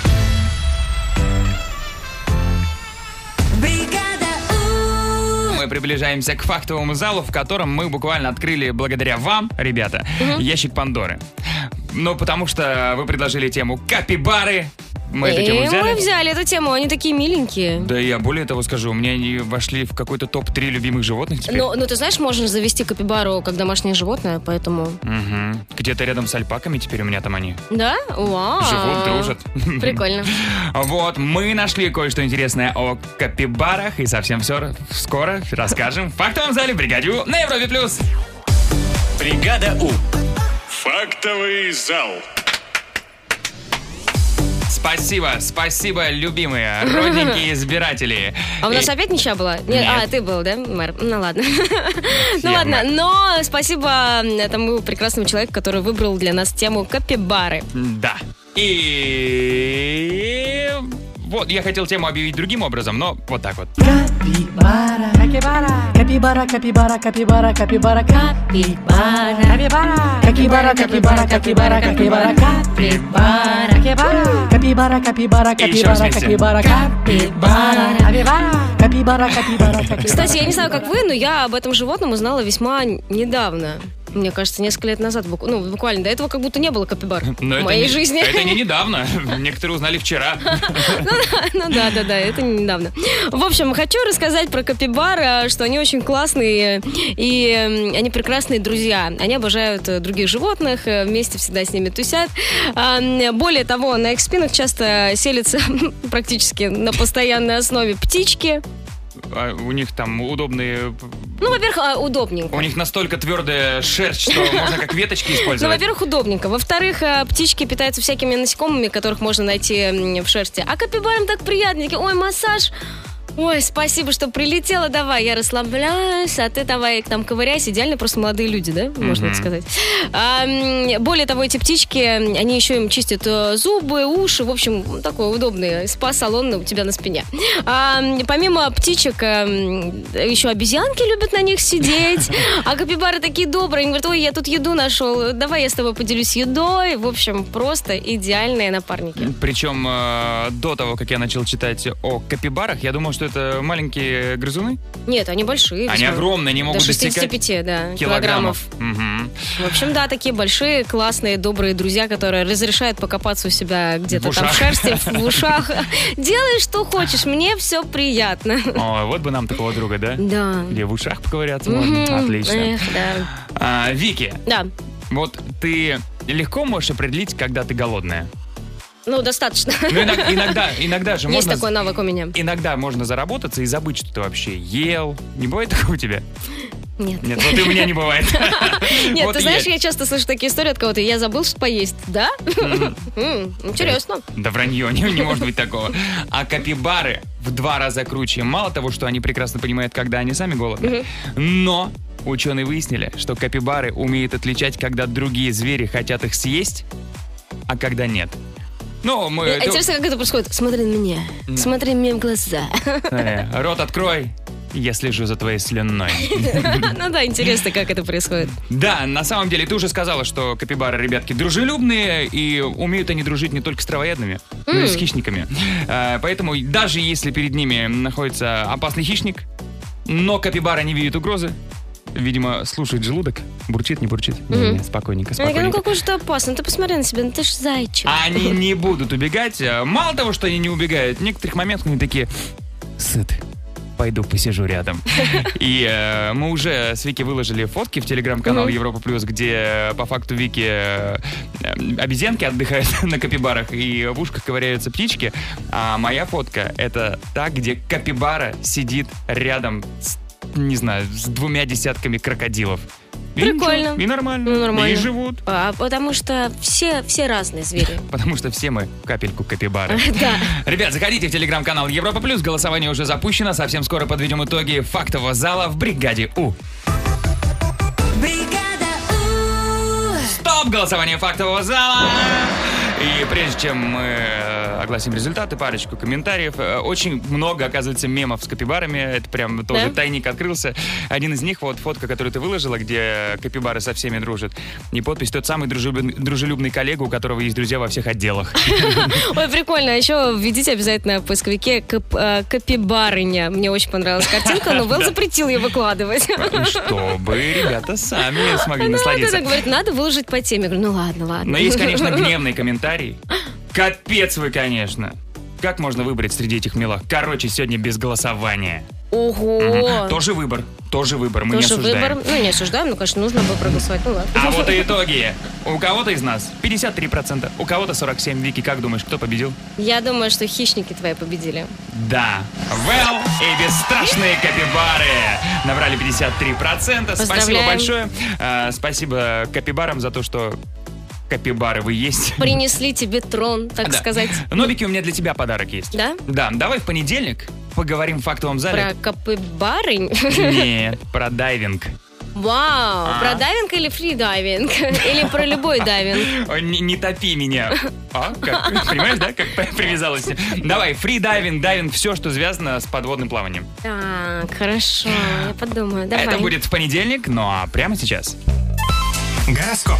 [SPEAKER 2] Мы приближаемся к фактовому залу, в котором мы буквально открыли, благодаря вам, ребята, ящик Пандоры. Ну, потому что вы предложили тему капибары. Мы эту
[SPEAKER 3] И
[SPEAKER 2] тему взяли.
[SPEAKER 3] мы взяли эту тему, они такие миленькие.
[SPEAKER 2] Да я более того скажу, у меня они вошли в какой-то топ три любимых животных теперь.
[SPEAKER 3] Ну, ну, ты знаешь, можно завести капибару как домашнее животное, поэтому...
[SPEAKER 2] Угу. Где-то рядом с альпаками теперь у меня там они.
[SPEAKER 3] Да? Вау.
[SPEAKER 2] Живут, дружат.
[SPEAKER 3] Прикольно.
[SPEAKER 2] Вот, мы нашли кое-что интересное о капибарах и совсем все скоро расскажем в фактовом зале «Бригаде У» на Европе+. плюс.
[SPEAKER 6] Бригада У. Фактовый зал.
[SPEAKER 2] Спасибо, спасибо, любимые, родненькие избиратели.
[SPEAKER 3] А у нас
[SPEAKER 2] И-
[SPEAKER 3] опять ничья была? Нет.
[SPEAKER 2] Нет.
[SPEAKER 3] А, ты был, да, мэр? Ну ладно. Ну
[SPEAKER 2] Я
[SPEAKER 3] ладно,
[SPEAKER 2] мэр.
[SPEAKER 3] но спасибо этому прекрасному человеку, который выбрал для нас тему капибары.
[SPEAKER 2] Да. И вот, я хотел тему объявить другим образом, но вот так вот.
[SPEAKER 13] Капибара, капибара, капибара, капибара, капибара, капибара, капибара, капибара, капибара, капибара, капибара, капибара, капибара, капибара,
[SPEAKER 2] И еще раз
[SPEAKER 13] капибара,
[SPEAKER 2] вместе.
[SPEAKER 13] капибара, капибара, капибара, капибара, капибара.
[SPEAKER 3] Кстати, я не знаю, как вы, но я об этом животном узнала весьма недавно. Мне кажется, несколько лет назад, бук- ну, буквально до этого как будто не было капибар
[SPEAKER 2] Но
[SPEAKER 3] в
[SPEAKER 2] это
[SPEAKER 3] моей
[SPEAKER 2] не,
[SPEAKER 3] жизни.
[SPEAKER 2] Это не недавно. Некоторые узнали вчера.
[SPEAKER 3] Ну да, да, да, это не недавно. В общем, хочу рассказать про капибар, э, что они очень классные и э, они прекрасные друзья. Они обожают э, других животных, э, вместе всегда с ними тусят. А, м, Более того, на их спинах часто селятся практически на постоянной основе птички.
[SPEAKER 2] А у них там удобные...
[SPEAKER 3] Ну, во-первых, а, удобненько.
[SPEAKER 2] У них настолько твердая шерсть, что можно как веточки
[SPEAKER 3] Ну,
[SPEAKER 2] использовать.
[SPEAKER 3] во-первых, удобненько. Во-вторых, э, птички питаются всякими насекомыми, которых можно найти м, в шерсти. А капибарам так приятно. Такие, ой, массаж. Ой, спасибо, что прилетела. Давай, я расслабляюсь, а ты давай там ковыряйся. Идеально просто молодые люди, да? Можно
[SPEAKER 2] Мгм.
[SPEAKER 3] так сказать. А, м, более того, эти птички, они еще им чистят э, зубы, уши. В общем, такой удобный спа-салон у тебя на спине. А, м, помимо птичек, э, м, еще обезьянки любят на них сидеть. А капибары такие добрые. Они говорят, ой, я тут еду нашел. Давай я с тобой поделюсь едой. В общем, просто идеальные напарники.
[SPEAKER 2] Причем э, до того, как я начал читать о капибарах, я думал, что это маленькие грызуны.
[SPEAKER 3] Нет, они большие.
[SPEAKER 2] Они
[SPEAKER 3] весьма.
[SPEAKER 2] огромные, они могут
[SPEAKER 3] До шестидесяти
[SPEAKER 2] достигать
[SPEAKER 3] пяти, да,
[SPEAKER 2] килограммов.
[SPEAKER 3] килограммов.
[SPEAKER 2] Мгм.
[SPEAKER 3] В общем, да, такие большие, классные, добрые друзья, которые разрешают покопаться у себя где-то
[SPEAKER 2] В
[SPEAKER 3] там в
[SPEAKER 2] ушах.
[SPEAKER 3] шерсти, в ушах. Делай, что хочешь, мне все приятно.
[SPEAKER 2] О, вот бы нам такого друга, да?
[SPEAKER 3] Да.
[SPEAKER 2] Где в ушах поковыряться
[SPEAKER 3] Мгм.
[SPEAKER 2] можно. Отлично.
[SPEAKER 3] Эх, да.
[SPEAKER 2] А, Вики,
[SPEAKER 3] Да,
[SPEAKER 2] вот ты легко можешь определить, когда ты голодная?
[SPEAKER 3] ну, достаточно.
[SPEAKER 2] Ну, иногда, иногда, иногда же
[SPEAKER 3] Есть
[SPEAKER 2] можно...
[SPEAKER 3] такой навык у меня.
[SPEAKER 2] Иногда можно заработаться и забыть, что ты вообще ел. Не бывает такого у тебя?
[SPEAKER 3] Нет.
[SPEAKER 2] Нет, вот и у меня не бывает.
[SPEAKER 3] Нет,
[SPEAKER 2] Вот
[SPEAKER 3] ты
[SPEAKER 2] и
[SPEAKER 3] знаешь,
[SPEAKER 2] я.
[SPEAKER 3] я часто слышу такие истории от кого-то. Я забыл что поесть. Да? М, Интересно.
[SPEAKER 2] Да вранье, не, не может быть такого. А капибары в два раза круче. Мало того, что они прекрасно понимают, когда они сами голодны, но ученые выяснили, что капибары умеют отличать, когда другие звери хотят их съесть, а когда нет. Ну, мы...
[SPEAKER 3] Э, Интересно, как это происходит. Смотри на меня. Смотри мне в глаза.
[SPEAKER 2] Э, Рот открой, я слежу за твоей слюной.
[SPEAKER 3] Ну да, интересно, как это происходит.
[SPEAKER 2] Да, на самом деле, ты уже сказала, что капибары, ребятки, дружелюбные, и умеют они дружить не только с травоядными, но и с
[SPEAKER 3] М.
[SPEAKER 2] хищниками. А, Поэтому даже если перед ними находится опасный хищник, но капибара не видит угрозы, видимо, слушает желудок, бурчит, не бурчит. Не,
[SPEAKER 3] Мгм.
[SPEAKER 2] не, спокойненько,
[SPEAKER 3] Я говорю, ну
[SPEAKER 2] спокойненько.
[SPEAKER 3] какой же ты опасный, ты посмотри на себя, ну ты ж зайчик.
[SPEAKER 2] Они не будут убегать. Мало того, что они не убегают, в некоторых моментах они такие: сыт, пойду посижу рядом. И э, мы уже с Вики выложили фотки в телеграм-канал
[SPEAKER 3] Мгм.
[SPEAKER 2] Европа Плюс, где э, по факту Вики э, э, обезьянки отдыхают на капибарах и в ушках ковыряются птички. А моя фотка — это та, где капибара сидит рядом с, не знаю, с двумя десятками крокодилов. И
[SPEAKER 3] Прикольно.
[SPEAKER 2] ничего, и нормально.
[SPEAKER 3] Ну, нормально.
[SPEAKER 2] И живут.
[SPEAKER 3] А, потому что все, все разные звери.
[SPEAKER 2] Потому что все мы капельку капибары.
[SPEAKER 3] Да.
[SPEAKER 2] Ребят, заходите в телеграм-канал Европа Плюс. Голосование уже запущено. Совсем скоро подведем итоги фактового зала в бригаде У. Стоп! Голосование фактового зала! И прежде чем мы э, огласим результаты, парочку комментариев. Э, Очень много, оказывается, мемов с капибарами. Это прям тоже
[SPEAKER 3] Да?
[SPEAKER 2] тайник открылся. Один из них, вот фотка, которую ты выложила, где капибары со всеми дружат. И подпись: тот самый дружелюбный, дружелюбный коллега, у которого есть друзья во всех отделах.
[SPEAKER 3] Ой, прикольно. А еще введите обязательно в поисковике кап- э, капибарыня. Мне очень понравилась картинка, но Вэл запретил ее выкладывать.
[SPEAKER 2] Чтобы ребята сами смогли
[SPEAKER 3] Ну, вот
[SPEAKER 2] насладиться.
[SPEAKER 3] это, говорит, надо выложить по теме. Я говорю, ну ладно, ладно.
[SPEAKER 2] Но есть, конечно, гневный комментарий. Капец вы, конечно. Как можно выбрать среди этих милых? Короче, сегодня без голосования.
[SPEAKER 3] Ого.
[SPEAKER 2] Мгм. Тоже выбор. Тоже выбор. Мы не
[SPEAKER 3] Тоже
[SPEAKER 2] осуждаем.
[SPEAKER 3] выбор. Ну, не осуждаем, но, конечно, нужно было проголосовать. Ну ладно.
[SPEAKER 2] А вот и итоги. У кого-то из нас пятьдесят три процента, у кого-то сорок семь процентов. Вики, как думаешь, кто победил?
[SPEAKER 3] Я думаю, что хищники твои победили.
[SPEAKER 2] Да. Вэл и бесстрашные капибары набрали пятьдесят три процента. Спасибо
[SPEAKER 3] Поздравляем.
[SPEAKER 2] большое. А, спасибо капибарам за то, что капибары вы есть.
[SPEAKER 3] Принесли тебе трон, так
[SPEAKER 2] Да.
[SPEAKER 3] сказать.
[SPEAKER 2] Но, Вики, у меня для тебя подарок есть.
[SPEAKER 3] Да?
[SPEAKER 2] Да, давай в понедельник поговорим в фактовом зале.
[SPEAKER 3] Про капибарынь?
[SPEAKER 2] Нет, про дайвинг.
[SPEAKER 3] Вау,
[SPEAKER 2] А?
[SPEAKER 3] про дайвинг или фридайвинг? Или про любой дайвинг?
[SPEAKER 2] Ой, Не, не топи меня. А? Как? Понимаешь, да, как привязалась? Давай, фридайвинг, дайвинг, все, что связано с подводным плаванием.
[SPEAKER 3] Так, хорошо, я подумаю. Давай.
[SPEAKER 2] Это будет в понедельник, ну а прямо сейчас. Гороскоп.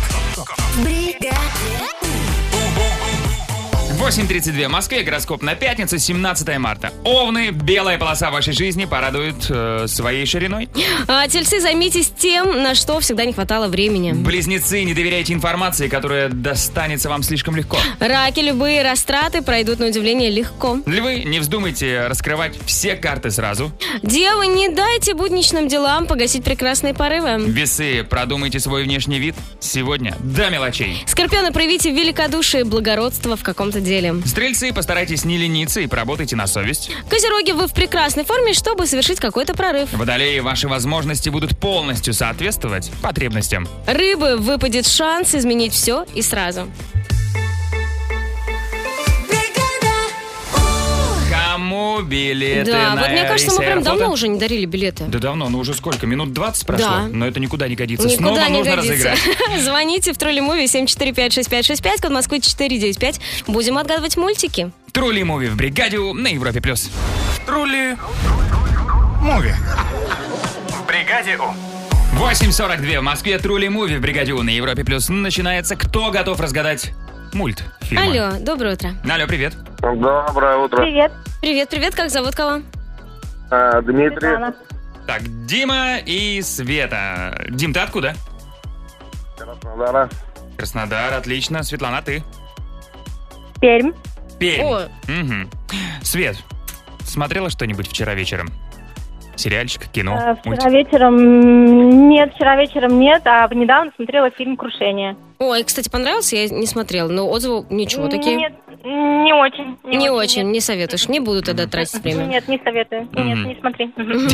[SPEAKER 2] восемь тридцать два в Москве, гороскоп на пятницу, семнадцатое марта. Овны, белая полоса вашей жизни порадует э, своей шириной.
[SPEAKER 3] А, тельцы, займитесь тем, на что всегда не хватало времени.
[SPEAKER 2] Близнецы, не доверяйте информации, которая достанется вам слишком легко.
[SPEAKER 3] Раки, любые растраты пройдут на удивление легко.
[SPEAKER 2] Львы, не вздумайте раскрывать все карты сразу.
[SPEAKER 3] Девы, не дайте будничным делам погасить прекрасные порывы.
[SPEAKER 2] Весы, продумайте свой внешний вид сегодня до мелочей.
[SPEAKER 3] Скорпионы, проявите великодушие и благородство в каком-то деле.
[SPEAKER 2] Стрельцы, постарайтесь не лениться и поработайте на совесть.
[SPEAKER 3] Козероги, вы в прекрасной форме, чтобы совершить какой-то прорыв.
[SPEAKER 2] Водолеи, ваши возможности будут полностью соответствовать потребностям.
[SPEAKER 3] Рыбы, выпадет шанс изменить все и сразу.
[SPEAKER 2] Кому билеты
[SPEAKER 3] Да,
[SPEAKER 2] на
[SPEAKER 3] вот мне кажется,
[SPEAKER 2] рейс
[SPEAKER 3] мы прям
[SPEAKER 2] Аэрофлота.
[SPEAKER 3] давно уже не дарили билеты.
[SPEAKER 2] Да давно, ну уже сколько? Минут двадцать прошло?
[SPEAKER 3] Да.
[SPEAKER 2] Но это никуда не годится.
[SPEAKER 3] Никуда
[SPEAKER 2] Снова
[SPEAKER 3] не
[SPEAKER 2] нужно
[SPEAKER 3] годится.
[SPEAKER 2] разыграть.
[SPEAKER 3] Звоните в Трули Муви семь четыре пять шесть пять шесть пять, код Москвы четыре девять пять. Будем отгадывать мультики.
[SPEAKER 2] Трули Муви в бригаде У на Европе плюс.
[SPEAKER 6] Трули Муви. В бригаде У.
[SPEAKER 2] восемь сорок два в Москве. Трули Муви в бригаде У на Европе плюс. Начинается. Кто готов разгадать мульт фильма?
[SPEAKER 3] Алло, доброе утро.
[SPEAKER 2] Алло, привет.
[SPEAKER 12] Доброе утро.
[SPEAKER 7] Привет.
[SPEAKER 3] Привет, привет, как зовут кого?
[SPEAKER 12] А, Дмитрий.
[SPEAKER 7] Светлана.
[SPEAKER 2] Так, Дима и Света. Дим, ты откуда?
[SPEAKER 12] Краснодара.
[SPEAKER 2] Краснодар, отлично. Светлана, ты?
[SPEAKER 7] Пермь.
[SPEAKER 2] Пермь.
[SPEAKER 3] О.
[SPEAKER 2] Мгм. Свет, смотрела что-нибудь вчера вечером? Сериальчик, кино,
[SPEAKER 7] Э, Вчера
[SPEAKER 2] мультик?
[SPEAKER 7] вечером... Нет, вчера вечером нет, а недавно смотрела фильм «Крушение».
[SPEAKER 3] Ой, кстати, понравился? Я не смотрела, но отзывы ничего такие.
[SPEAKER 7] Нет, не очень.
[SPEAKER 3] Не, очень,
[SPEAKER 7] нет.
[SPEAKER 3] не советуешь. Не буду тогда тратить время.
[SPEAKER 7] Нет, не советую. Нет,
[SPEAKER 2] Мгм.
[SPEAKER 7] не смотри.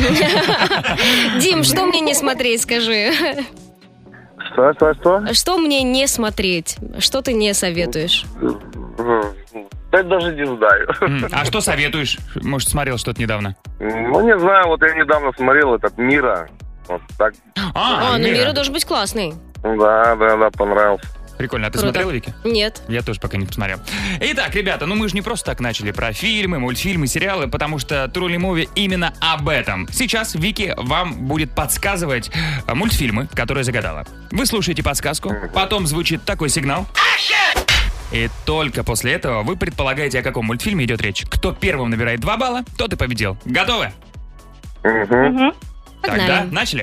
[SPEAKER 3] Дим, что мне не смотреть, скажи?
[SPEAKER 12] Что, что, что?
[SPEAKER 3] Что мне не смотреть? Что ты не советуешь?
[SPEAKER 12] Я даже не знаю.
[SPEAKER 2] М, А что советуешь? Может, смотрел что-то недавно?
[SPEAKER 12] Ну, не знаю, вот я недавно смотрел этот «Мира». Вот так.
[SPEAKER 3] А, ну
[SPEAKER 2] Мира.
[SPEAKER 3] Мира должен быть классный.
[SPEAKER 12] Да, да, да, понравился.
[SPEAKER 2] Прикольно. А ты
[SPEAKER 3] Круто.
[SPEAKER 2] смотрела, Вики?
[SPEAKER 3] Нет.
[SPEAKER 2] Я тоже пока не посмотрел. Итак, ребята, ну мы же не просто так начали про фильмы, мультфильмы, сериалы, потому что Трули Муви именно об этом. Сейчас Вики вам будет подсказывать э, мультфильмы, которые загадала. Вы слушаете подсказку, потом звучит такой сигнал. И только после этого вы предполагаете, о каком мультфильме идет речь. Кто первым набирает два балла, тот и победил. Готовы?
[SPEAKER 7] Мгм.
[SPEAKER 2] Тогда
[SPEAKER 3] Погнали.
[SPEAKER 2] начали.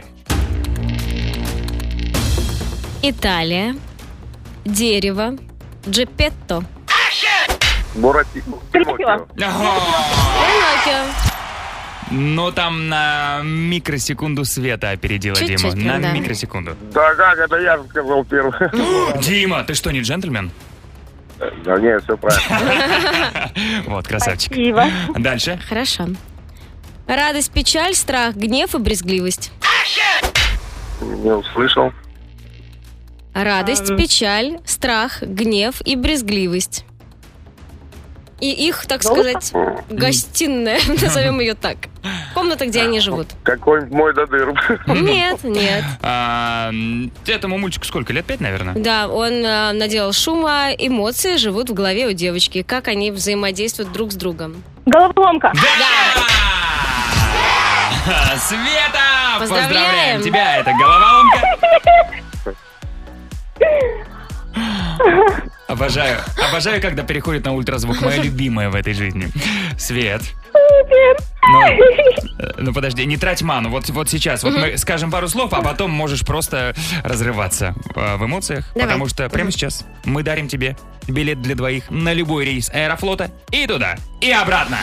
[SPEAKER 3] Италия. Дерево. Джепетто.
[SPEAKER 12] Бурати... Пиноккио.
[SPEAKER 3] Пиноккио.
[SPEAKER 2] Ну, там на микросекунду Света опередила
[SPEAKER 3] Чуть-чуть
[SPEAKER 2] Диму.
[SPEAKER 3] прям,
[SPEAKER 2] На
[SPEAKER 3] да.
[SPEAKER 2] микросекунду.
[SPEAKER 12] Да как, это я же сказал первый.
[SPEAKER 2] Дима, ты что, не джентльмен?
[SPEAKER 12] Да нет, все правильно.
[SPEAKER 2] Вот, красавчик.
[SPEAKER 7] Спасибо.
[SPEAKER 2] Дальше.
[SPEAKER 3] Хорошо. Радость, печаль, страх, гнев и брезгливость.
[SPEAKER 12] Не услышал.
[SPEAKER 3] Радость,
[SPEAKER 7] Ам.
[SPEAKER 3] печаль, страх, гнев и брезгливость. И их, так
[SPEAKER 7] Золото?
[SPEAKER 3] сказать, гостиная, назовем ее так. Комната, где они живут.
[SPEAKER 12] Какой-нибудь мой додыр.
[SPEAKER 3] Нет, нет.
[SPEAKER 2] А, м, этому мультику сколько? Лет пять, наверное?
[SPEAKER 3] Да, он а, наделал шума, эмоции живут в голове у девочки. Как они взаимодействуют друг с другом.
[SPEAKER 7] Головоломка.
[SPEAKER 2] Света!
[SPEAKER 3] Поздравляем!
[SPEAKER 2] тебя! Это головоломка. Обожаю. Обожаю, когда переходит на ультразвук. Моя любимая в этой жизни. Свет. Ну, э, ну подожди, не трать ману. Вот, вот сейчас. Вот мы скажем пару слов, а потом можешь просто разрываться э, в эмоциях.
[SPEAKER 3] Давай.
[SPEAKER 2] Потому что прямо сейчас мы дарим тебе билет для двоих на любой рейс Аэрофлота и туда, и обратно.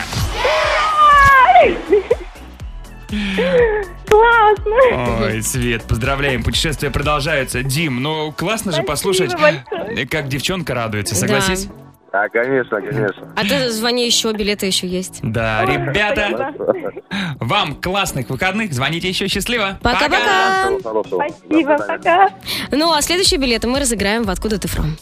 [SPEAKER 7] Классно.
[SPEAKER 2] Ой, Свет, поздравляем, путешествия продолжаются. Дим, ну классно же послушать,
[SPEAKER 7] большое.
[SPEAKER 2] как девчонка радуется, согласись?
[SPEAKER 12] Да, конечно, конечно.
[SPEAKER 3] А ты звони еще, билеты еще есть.
[SPEAKER 2] Да, ребята, вам классных выходных, звоните еще, счастливо.
[SPEAKER 3] Пока-пока.
[SPEAKER 12] Всего хорошего.
[SPEAKER 7] Спасибо, пока.
[SPEAKER 3] Ну, а следующие билеты мы разыграем в «Откуда ты фром?».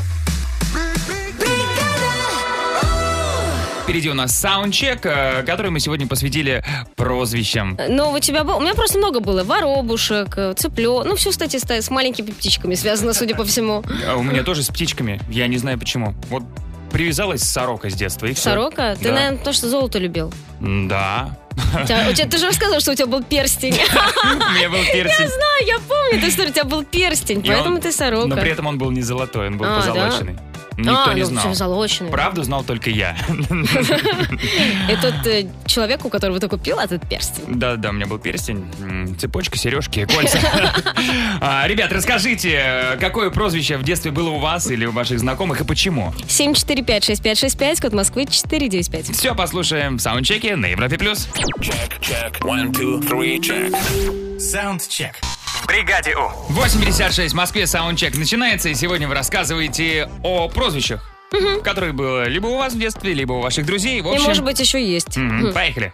[SPEAKER 2] Впереди у нас саундчек, э, который мы сегодня посвятили прозвищам.
[SPEAKER 3] Ну, у тебя был... У меня просто много было. Воробушек, цыплё. Ну, все, кстати, с с маленькими птичками связано, судя по всему.
[SPEAKER 2] А у меня тоже с птичками, я не знаю почему. Вот привязалась сорока с детства, и все.
[SPEAKER 3] Сорока? Ты,
[SPEAKER 2] Да.
[SPEAKER 3] наверное, потому что золото любил.
[SPEAKER 2] Да.
[SPEAKER 3] У тебя- у тебя- ты же рассказывал, что у тебя был перстень.
[SPEAKER 2] У меня был
[SPEAKER 3] Я
[SPEAKER 2] перстень.
[SPEAKER 3] знаю, я помню эту историю. У тебя был перстень,
[SPEAKER 2] И
[SPEAKER 3] поэтому
[SPEAKER 2] он-
[SPEAKER 3] ты сорока.
[SPEAKER 2] Но при этом он был не золотой, он был
[SPEAKER 3] А, да?
[SPEAKER 2] позолоченный. Никто
[SPEAKER 3] а,
[SPEAKER 2] не
[SPEAKER 3] ну,
[SPEAKER 2] знал.
[SPEAKER 3] всё позолоченный.
[SPEAKER 2] Правду знал только я.
[SPEAKER 3] И тот э, человек, у которого ты купил этот перстень.
[SPEAKER 2] Да, да, у меня был перстень, м, цепочка, сережки, кольца. А, Ребят, расскажите, какое прозвище в детстве было у вас или у ваших знакомых и почему?
[SPEAKER 3] семь четыре пять шесть пять шесть пять, код Москвы четыре девять пять.
[SPEAKER 2] Все послушаем в саундчеке на Европе плюс.
[SPEAKER 6] One, two, three, check. Саундчек. В бригаде У.
[SPEAKER 2] восемь пятьдесят шесть в Москве саундчек начинается, и сегодня вы рассказываете о прозвищах, которые было либо у вас в детстве, либо у ваших друзей. В
[SPEAKER 3] И,
[SPEAKER 2] общем,
[SPEAKER 3] может быть, еще есть.
[SPEAKER 2] м,
[SPEAKER 3] Хм.
[SPEAKER 2] поехали.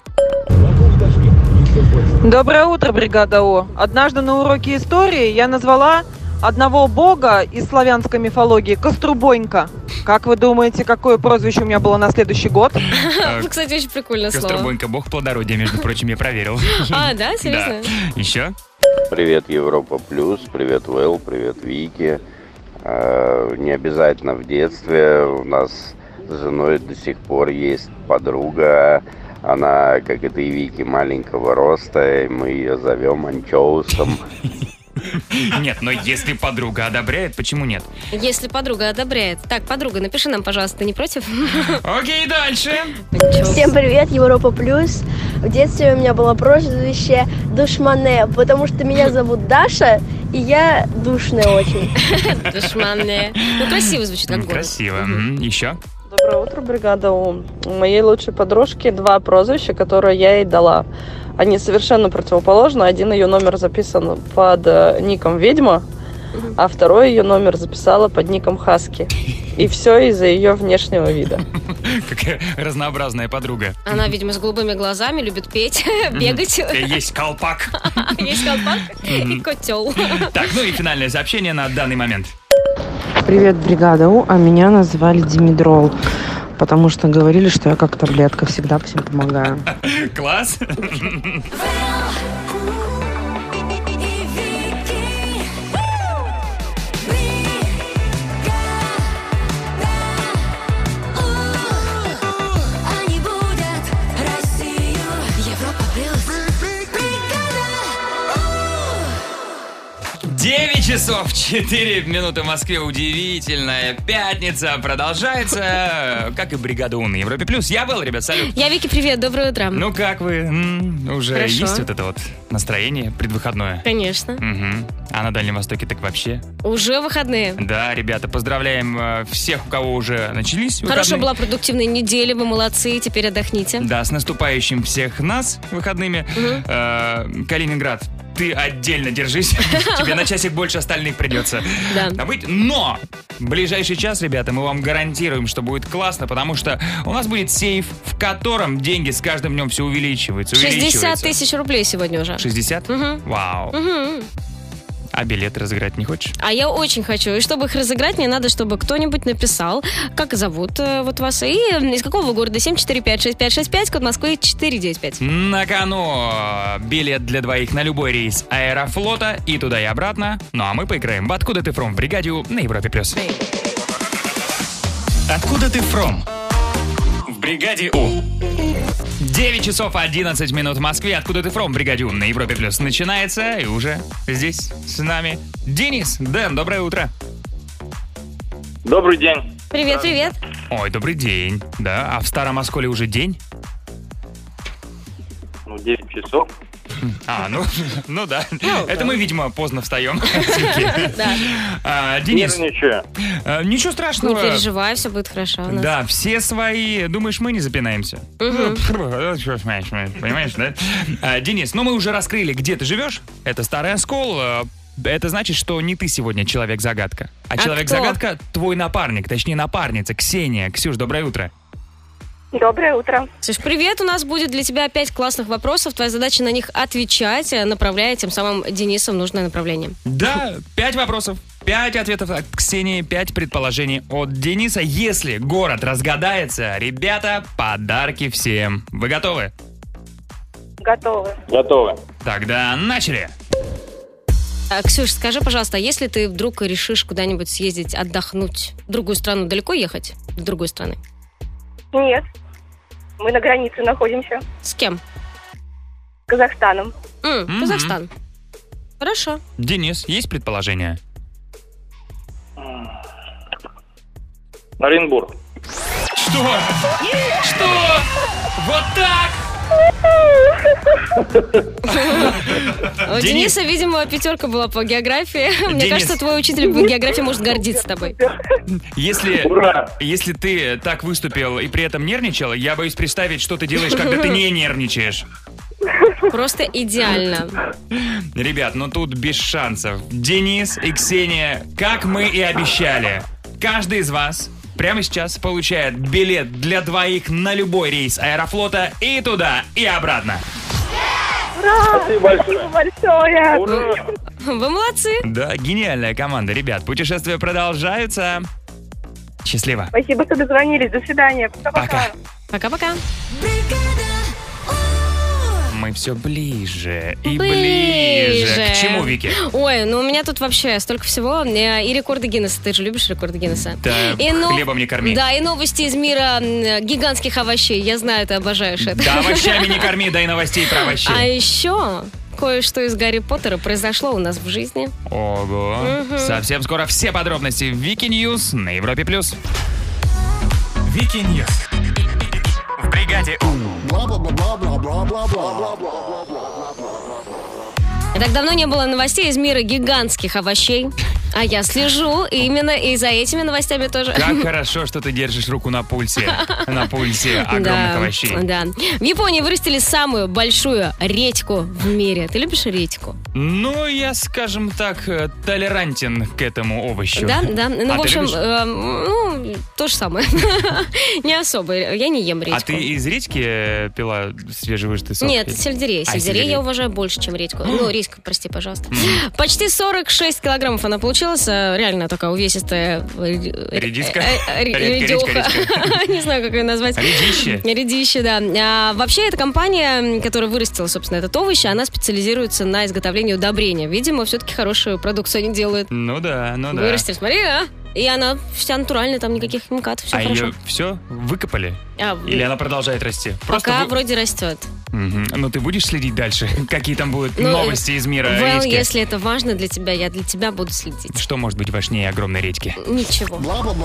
[SPEAKER 14] Доброе утро, бригада О. Однажды на уроке истории я назвала одного бога из славянской мифологии Кострубонька. Как вы думаете, какое прозвище у меня было на следующий год?
[SPEAKER 3] Кстати, очень прикольное слово.
[SPEAKER 2] Костробонька, бог плодородия, между прочим, я проверил.
[SPEAKER 3] А, да? Серьезно?
[SPEAKER 2] Да. Еще?
[SPEAKER 15] Привет, Европа Плюс, привет, Вэл, привет, Вики. Э, не обязательно в детстве. У нас с женой до сих пор есть подруга. Она, как и ты, Вики, маленького роста, и мы ее зовем анчоусом.
[SPEAKER 2] Нет, но если подруга одобряет, почему нет?
[SPEAKER 3] Если подруга одобряет. Так, подруга, напиши нам, пожалуйста, ты не против?
[SPEAKER 2] Окей, дальше.
[SPEAKER 16] Всем привет, Европа Плюс. В детстве у меня было прозвище Душмане, потому что меня зовут Даша, и я душная очень.
[SPEAKER 3] Душмане. Ну, красиво звучит, как город.
[SPEAKER 2] Красиво. Еще?
[SPEAKER 17] Доброе утро, бригада У. У моей лучшей подружки два прозвища, которые я ей дала. Они совершенно противоположны. Один ее номер записан под э, ником «Ведьма», а второй ее номер записала под ником «Хаски». И все из-за ее внешнего вида.
[SPEAKER 2] Какая разнообразная подруга.
[SPEAKER 3] Она, видимо, с голубыми глазами, любит петь, бегать.
[SPEAKER 2] Есть колпак.
[SPEAKER 3] Есть колпак и котел.
[SPEAKER 2] Так, ну и финальное сообщение на данный момент.
[SPEAKER 10] Привет, бригада У, а меня назвали Димедрол, потому что говорили, что я как таблетка, всегда всем помогаю.
[SPEAKER 2] Класс. девять часов четыре минуты в Москве. Удивительная пятница продолжается, как и бригада У на Европе Плюс. Я был, ребят, салют.
[SPEAKER 3] Я Вики, привет, доброе утро.
[SPEAKER 2] Ну как вы? М-м, уже
[SPEAKER 3] Хорошо.
[SPEAKER 2] Есть вот это вот настроение предвыходное?
[SPEAKER 3] Конечно.
[SPEAKER 2] Угу. А на Дальнем Востоке так вообще?
[SPEAKER 3] Уже выходные.
[SPEAKER 2] Да, ребята, поздравляем э, всех, у кого уже начались выходные.
[SPEAKER 3] Хорошо, была продуктивная неделя, вы молодцы, теперь отдохните.
[SPEAKER 2] Да, с наступающим всех нас выходными.
[SPEAKER 3] Угу.
[SPEAKER 2] Э, Калининград, ты отдельно держись. Тебе на часик больше остальных придется быть. Но в ближайший час, ребята, мы вам гарантируем, что будет классно, потому что у нас будет сейф, в котором деньги с каждым днем все увеличиваются.
[SPEAKER 3] шестьдесят тысяч рублей сегодня уже.
[SPEAKER 2] шестьдесят?
[SPEAKER 3] Угу.
[SPEAKER 2] Вау.
[SPEAKER 3] Угу.
[SPEAKER 2] А билеты разыграть не хочешь?
[SPEAKER 3] А я очень хочу. И чтобы их разыграть, мне надо, чтобы кто-нибудь написал, как зовут э, вот вас, и из какого города. семь четыре пять шесть пять шесть пять, код Москвы четыре девять пять.
[SPEAKER 2] На кону билет для двоих на любой рейс Аэрофлота и туда и обратно. Ну а мы поиграем в «Откуда ты фром» в бригаде У на Европе Плюс. Откуда ты фром? В бригаде У. девять часов одиннадцать минут в Москве. Откуда ты фром? Бригаде У на Европе Плюс начинается. И уже здесь с нами Денис. Дэн, доброе утро.
[SPEAKER 18] Добрый день.
[SPEAKER 3] Привет, привет.
[SPEAKER 2] Ой, добрый день. Да, а в Старом Осколе уже день?
[SPEAKER 18] Ну, девять часов.
[SPEAKER 2] А, ну, ну да.
[SPEAKER 18] Ну,
[SPEAKER 2] Это
[SPEAKER 18] да.
[SPEAKER 2] мы, видимо, поздно встаем.
[SPEAKER 3] Да.
[SPEAKER 2] А, Денис.
[SPEAKER 18] Нервничаю.
[SPEAKER 2] а, Ничего страшного.
[SPEAKER 3] Не переживай, все будет хорошо у нас.
[SPEAKER 2] Да, все свои. Думаешь, мы не запинаемся?
[SPEAKER 3] Мгм.
[SPEAKER 2] Понимаешь, да? А, Денис, ну мы уже раскрыли, где ты живешь. Это Старый Оскол. А, Это значит, что не ты сегодня человек-загадка. А,
[SPEAKER 3] А
[SPEAKER 2] человек-загадка твой напарник, точнее напарница, Ксения. Ксюш, доброе утро.
[SPEAKER 7] Доброе утро.
[SPEAKER 3] Слушай, привет, у нас будет для тебя пять классных вопросов. Твоя задача на них отвечать, направляя тем самым Денису в нужное направление.
[SPEAKER 2] Да, пять вопросов, пять ответов от Ксении, пять предположений от Дениса. Если город разгадается, ребята, подарки всем. Вы готовы?
[SPEAKER 7] Готовы.
[SPEAKER 18] Готовы.
[SPEAKER 2] Тогда начали.
[SPEAKER 3] А, Ксюш, скажи, пожалуйста, если ты вдруг решишь куда-нибудь съездить, отдохнуть, в другую страну, далеко ехать? До другой страны?
[SPEAKER 7] Нет. Мы на границе находимся.
[SPEAKER 3] С кем?
[SPEAKER 7] С Казахстаном.
[SPEAKER 3] М, Казахстан. Хорошо.
[SPEAKER 2] Денис, есть предположение?
[SPEAKER 18] Оренбург.
[SPEAKER 2] Что? Что? Вот так?
[SPEAKER 3] У Дениса, видимо, пятерка была по географии. Мне
[SPEAKER 2] Денис.
[SPEAKER 3] кажется, твой учитель по географии может гордиться тобой.
[SPEAKER 2] Если, если ты так выступил и при этом нервничал, я боюсь представить, что ты делаешь, когда ты не нервничаешь.
[SPEAKER 3] Просто идеально.
[SPEAKER 2] Ребят, ну тут без шансов. Денис и Ксения, как мы и обещали, каждый из вас прямо сейчас получает билет для двоих на любой рейс Аэрофлота и туда, и обратно.
[SPEAKER 7] Ура!
[SPEAKER 18] Спасибо большое.
[SPEAKER 7] Спасибо большое.
[SPEAKER 18] Ура!
[SPEAKER 3] Вы молодцы.
[SPEAKER 2] Да, гениальная команда, ребят. Путешествия продолжаются. Счастливо.
[SPEAKER 7] Спасибо, что дозвонились. До свидания. Пока-пока.
[SPEAKER 3] Пока-пока.
[SPEAKER 2] Мы все ближе и
[SPEAKER 3] Ближе.
[SPEAKER 2] ближе. К чему, Вики?
[SPEAKER 3] Ой, ну у меня тут вообще столько всего. Э, И рекорды Гиннесса. Ты же любишь рекорды Гиннесса?
[SPEAKER 2] Да,
[SPEAKER 3] И но-
[SPEAKER 2] хлебом не корми.
[SPEAKER 3] Да, и новости из мира м, гигантских овощей. Я знаю, ты обожаешь это.
[SPEAKER 2] Да, овощами не корми, да и новостей про овощей.
[SPEAKER 3] А еще кое-что из Гарри Поттера произошло у нас в жизни.
[SPEAKER 2] Ого.
[SPEAKER 3] Мгм.
[SPEAKER 2] Совсем скоро все подробности в Вики Ньюс на Европе+. плюс.
[SPEAKER 6] Вики Ньюс. В бригаде У.
[SPEAKER 3] Так давно не было новостей из мира гигантских овощей. А я слежу именно и за этими новостями тоже.
[SPEAKER 2] Как хорошо, что ты держишь руку на пульсе. На пульсе огромных
[SPEAKER 3] Да,
[SPEAKER 2] овощей.
[SPEAKER 3] Да. В Японии вырастили самую большую редьку в мире. Ты любишь редьку?
[SPEAKER 2] Ну, я, скажем так, э, толерантен к этому овощу.
[SPEAKER 3] Да, да. Ну,
[SPEAKER 2] А
[SPEAKER 3] в
[SPEAKER 2] ты
[SPEAKER 3] общем,
[SPEAKER 2] любишь?
[SPEAKER 3] э, ну, то же самое. Не особо. Я не ем редьку.
[SPEAKER 2] А ты из редьки э, пила свежевыжатый сок?
[SPEAKER 3] Нет,
[SPEAKER 2] Или-
[SPEAKER 3] сельдерей.
[SPEAKER 2] А,
[SPEAKER 3] Сельдерей я уважаю больше, чем редьку. Ну, редьку, прости, пожалуйста.
[SPEAKER 2] Мгм.
[SPEAKER 3] Почти сорок шесть килограммов она получилась. э, Реально такая увесистая... э,
[SPEAKER 2] Редиска?
[SPEAKER 3] э, э, ре-
[SPEAKER 2] Редька,
[SPEAKER 3] редёха.
[SPEAKER 2] редька,
[SPEAKER 3] Не знаю, как ее назвать.
[SPEAKER 2] Редище.
[SPEAKER 3] Редище, да. А, вообще, эта компания, которая вырастила, собственно, этот овощ, она специализируется на изготовлении удобрения. Видимо, все-таки хорошую продукцию они делают.
[SPEAKER 2] Ну да, ну да.
[SPEAKER 3] Вырастили, смотри, а? И она вся натуральная, там никаких химикатов, все
[SPEAKER 2] А
[SPEAKER 3] хорошо.
[SPEAKER 2] ее все выкопали?
[SPEAKER 3] А,
[SPEAKER 2] Или она продолжает расти?
[SPEAKER 3] Пока
[SPEAKER 2] вы-
[SPEAKER 3] вроде растет.
[SPEAKER 2] Мгм. Ну ты будешь следить дальше? Какие там будут
[SPEAKER 3] Ну,
[SPEAKER 2] новости из мира
[SPEAKER 3] Вэл,
[SPEAKER 2] редьки?
[SPEAKER 3] если это важно для тебя, я для тебя буду следить.
[SPEAKER 2] Что может быть важнее огромной редьки?
[SPEAKER 3] Ничего.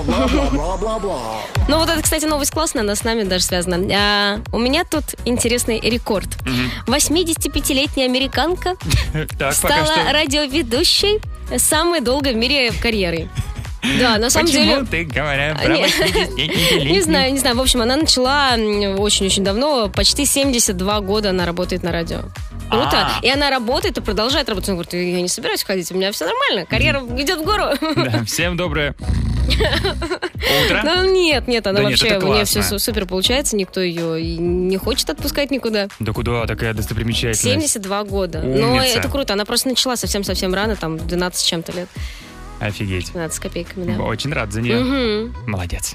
[SPEAKER 3] Ну вот это, кстати, новость классная, она с нами даже связана. А, у меня тут интересный рекорд. восьмидесятипятилетняя американка
[SPEAKER 2] Так, пока
[SPEAKER 3] стала
[SPEAKER 2] что.
[SPEAKER 3] радиоведущей самой долгой в мире карьерой. Да, на самом
[SPEAKER 2] Почему
[SPEAKER 3] деле...
[SPEAKER 2] ты, говоря
[SPEAKER 3] А,
[SPEAKER 2] про
[SPEAKER 3] не-
[SPEAKER 2] восьмидесятипятилетнюю?
[SPEAKER 3] Не знаю, не знаю. В общем, она начала м, очень-очень давно. Почти семьдесят два года она работает на радио. Круто.
[SPEAKER 2] А.
[SPEAKER 3] И она работает и продолжает работать. Она говорит, я не собираюсь ходить, у меня все нормально. Карьера идет в гору.
[SPEAKER 2] Да, всем доброе утро.
[SPEAKER 3] Ну, нет, нет, она
[SPEAKER 2] Да нет,
[SPEAKER 3] вообще,
[SPEAKER 2] это
[SPEAKER 3] у нее все
[SPEAKER 2] классно.
[SPEAKER 3] супер получается, никто ее и не хочет отпускать никуда.
[SPEAKER 2] Да куда такая достопримечательность?
[SPEAKER 3] семьдесят два года. Но
[SPEAKER 2] Умница.
[SPEAKER 3] это круто, она просто начала совсем-совсем рано, там, двенадцать с чем-то лет.
[SPEAKER 2] Офигеть.
[SPEAKER 3] двенадцать с копейками, да.
[SPEAKER 2] Очень рад за нее.
[SPEAKER 3] Мгм.
[SPEAKER 2] Молодец.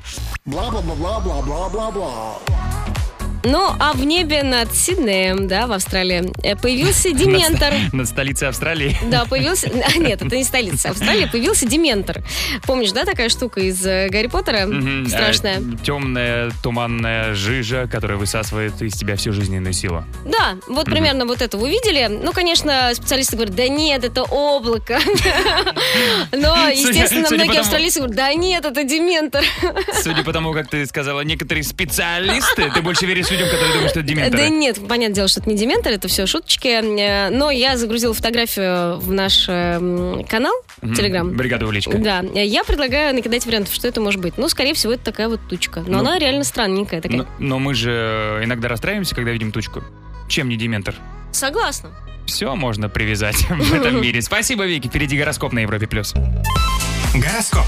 [SPEAKER 3] Ну, а в небе над Сиднеем, да, в Австралии, э, появился дементор.
[SPEAKER 2] Над, ст- над столицей Австралии.
[SPEAKER 3] Да, появился... А, нет, это не столица Австралии, появился дементор. Помнишь, да, такая штука из э, Гарри Поттера?
[SPEAKER 2] Мгм.
[SPEAKER 3] Страшная.
[SPEAKER 2] Э, темная, туманная жижа, которая высасывает из тебя всю жизненную силу.
[SPEAKER 3] Да, вот
[SPEAKER 2] Мгм.
[SPEAKER 3] примерно вот это вы увидели. Ну, конечно, специалисты говорят, да нет, это облако. Но,
[SPEAKER 2] Судя-
[SPEAKER 3] естественно,
[SPEAKER 2] судя
[SPEAKER 3] многие
[SPEAKER 2] по тому-
[SPEAKER 3] австралийцы говорят, да нет, это дементор.
[SPEAKER 2] Судя по тому, как ты сказала, некоторые специалисты, ты больше веришь людям, которые думают, что это дементоры.
[SPEAKER 3] Да нет, понятное дело, что это не дементор, это все шуточки. Э, Но я загрузила фотографию в наш э, канал,
[SPEAKER 2] Мгм.
[SPEAKER 3] Телеграм.
[SPEAKER 2] Бригада Уличка.
[SPEAKER 3] Да, я предлагаю накидать вариантов, что это может быть. Ну, скорее всего, это такая вот тучка. Но
[SPEAKER 2] Ну,
[SPEAKER 3] она реально странненькая такая.
[SPEAKER 2] Но, но мы же иногда расстраиваемся, когда видим тучку. Чем не дементор?
[SPEAKER 3] Согласна.
[SPEAKER 2] Все можно привязать в этом мире. Спасибо, Вики. Впереди гороскоп на Европе+. плюс.
[SPEAKER 6] Гороскоп.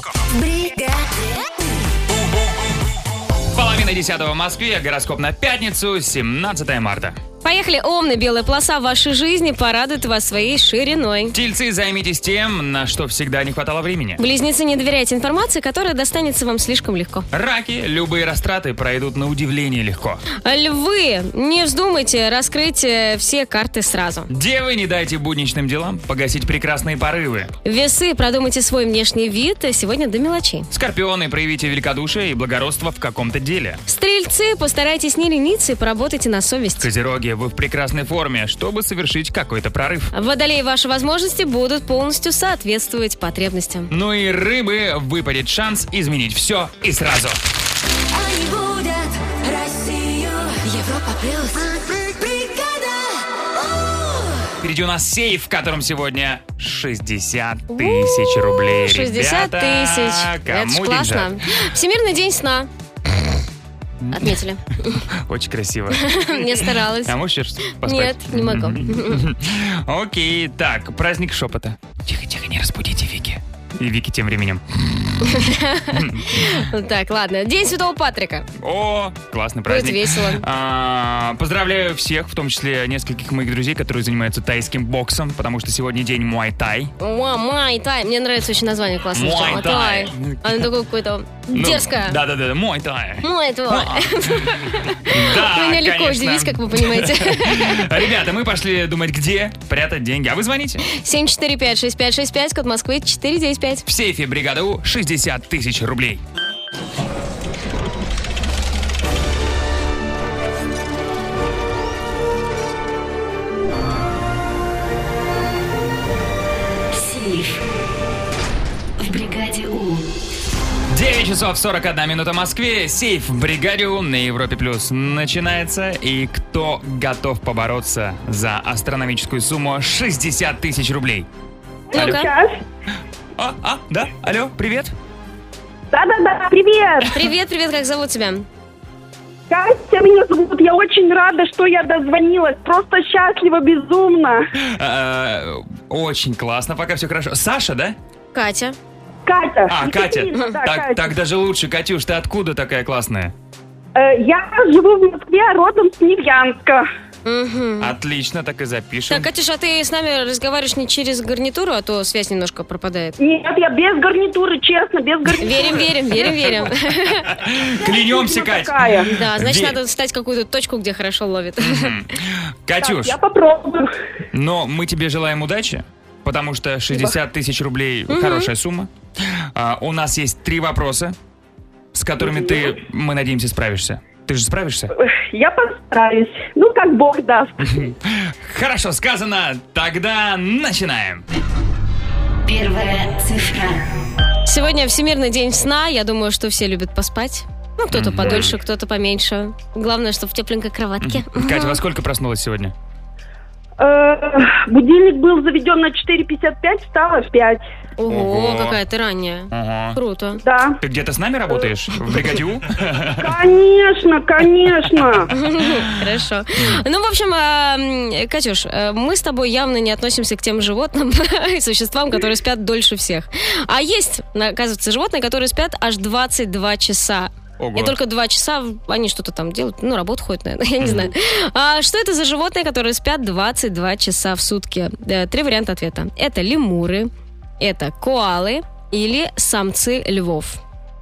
[SPEAKER 2] Половина десятого в Москве. Гороскоп на пятницу, семнадцатое марта.
[SPEAKER 3] Поехали, Овны, белая полоса в вашей жизни порадует вас своей шириной.
[SPEAKER 2] Тельцы, займитесь тем, на что всегда не хватало времени.
[SPEAKER 3] Близнецы, не доверяйте информации, которая достанется вам слишком легко.
[SPEAKER 2] Раки, любые растраты пройдут на удивление легко.
[SPEAKER 3] Львы, не вздумайте раскрыть э, все карты сразу.
[SPEAKER 2] Девы, не дайте будничным делам погасить прекрасные порывы.
[SPEAKER 3] Весы, продумайте свой внешний вид сегодня до мелочей.
[SPEAKER 2] Скорпионы, проявите великодушие и благородство в каком-то деле.
[SPEAKER 3] Стрельцы, постарайтесь не лениться и поработайте на совесть.
[SPEAKER 2] Козероги, вы в прекрасной форме, чтобы совершить какой-то прорыв.
[SPEAKER 3] Водолеи, ваши возможности будут полностью соответствовать потребностям.
[SPEAKER 2] Ну и рыбы, выпадет шанс изменить все и сразу.
[SPEAKER 1] Они будут Россию. Европа плюс. Бригада. У.
[SPEAKER 2] Впереди у нас сейф, в котором сегодня шестьдесят тысяч рублей.
[SPEAKER 3] шестьдесят
[SPEAKER 2] Ребята,
[SPEAKER 3] тысяч. Это ж
[SPEAKER 2] кому
[SPEAKER 3] классно.
[SPEAKER 2] деньжат?
[SPEAKER 3] Всемирный день сна. Отметили.
[SPEAKER 2] Очень красиво.
[SPEAKER 3] Не старалась.
[SPEAKER 2] А можешь еще поспать?
[SPEAKER 3] Нет, не могу.
[SPEAKER 2] Окей, так, праздник шепота. Тихо-тихо, не разбудите Вики. И Вики тем временем.
[SPEAKER 3] Так, ладно. День Святого Патрика.
[SPEAKER 2] О, классный праздник.
[SPEAKER 3] Будет весело.
[SPEAKER 2] А, поздравляю всех, в том числе нескольких моих друзей, которые занимаются тайским боксом, потому что сегодня день муай-тай.
[SPEAKER 3] О, муай-тай. Мне нравится очень название классное.
[SPEAKER 2] Муай-тай.
[SPEAKER 3] Оно такое какое-то дерзкое.
[SPEAKER 2] Да-да-да, муай-тай.
[SPEAKER 3] Муай-тай.
[SPEAKER 2] Да,
[SPEAKER 3] У меня легко
[SPEAKER 2] конечно.
[SPEAKER 3] удивить, как вы понимаете.
[SPEAKER 2] Ребята, мы пошли думать, где прятать деньги. А вы звоните.
[SPEAKER 3] семь четыре пять шесть пять шесть пять, код Москвы четыре девять пять.
[SPEAKER 2] В сейфе бригады У шестьдесят тысяч рублей.
[SPEAKER 1] Сейф в бригаде У.
[SPEAKER 2] девять часов сорок одна минута в Москве. Сейф в бригаде У на Европе Плюс начинается. И кто готов побороться за астрономическую сумму шестьдесят тысяч рублей? Алло. А, а, да? Алло, привет.
[SPEAKER 7] Да-да-да, привет.
[SPEAKER 3] Привет, привет, как зовут тебя?
[SPEAKER 7] Катя меня зовут, я очень рада, что я дозвонилась, просто счастлива безумно.
[SPEAKER 2] А, очень классно, пока все хорошо. Саша, да?
[SPEAKER 3] Катя.
[SPEAKER 7] Катя.
[SPEAKER 2] А, Катя.
[SPEAKER 7] Екатерина, да,
[SPEAKER 2] Так,
[SPEAKER 7] Катя.
[SPEAKER 2] так даже лучше. Катюш, ты откуда такая классная?
[SPEAKER 7] Э, Я живу в Москве, а родом с Невьянска.
[SPEAKER 2] Отлично, так и запишем.
[SPEAKER 3] Так, Катюша, а ты с нами разговариваешь не через гарнитуру, а то связь немножко пропадает.
[SPEAKER 7] Нет, я без гарнитуры, честно, без гарнитуры.
[SPEAKER 3] Верим, верим, верим, верим.
[SPEAKER 2] Клянемся, Кать.
[SPEAKER 3] Да, значит,
[SPEAKER 2] Ве-
[SPEAKER 3] надо встать какую-то точку, где хорошо ловит.
[SPEAKER 2] Катюш,
[SPEAKER 7] Я попробую.
[SPEAKER 2] но мы тебе желаем удачи, потому что шестьдесят тысяч рублей
[SPEAKER 3] Мгм.
[SPEAKER 2] хорошая сумма. А, у нас есть три вопроса, с которыми ты, мы надеемся, справишься. Ты же справишься?
[SPEAKER 7] Я постараюсь. Ну, как Бог даст.
[SPEAKER 2] Хорошо сказано. Тогда начинаем.
[SPEAKER 1] Первая цифра.
[SPEAKER 3] Сегодня Всемирный день сна. Я думаю, что все любят поспать. Ну, кто-то
[SPEAKER 2] Мгм.
[SPEAKER 3] подольше, кто-то поменьше. Главное, чтобы в тепленькой кроватке.
[SPEAKER 2] Катя, во сколько проснулась сегодня?
[SPEAKER 7] Э, Будильник был заведен на четыре пятьдесят пять, встала в пять.
[SPEAKER 3] Ого,
[SPEAKER 2] Ого.
[SPEAKER 3] какая ты ранняя.
[SPEAKER 2] Ага.
[SPEAKER 3] Круто.
[SPEAKER 7] Да.
[SPEAKER 2] Ты где-то с нами работаешь? В бригаде У?
[SPEAKER 7] Конечно, конечно.
[SPEAKER 3] Хорошо. Ну, в общем, э, Катюш, э, мы с тобой явно не относимся к тем животным и существам, которые спят дольше всех. А есть, оказывается, животные, которые спят аж двадцать два часа.
[SPEAKER 2] Ого.
[SPEAKER 3] И только два часа они что-то там делают, ну, работу ходят, наверное, я не знаю. А что это за животные, которые спят двадцать два часа в сутки? Э, Три варианта ответа. Это лемуры, это коалы или самцы львов.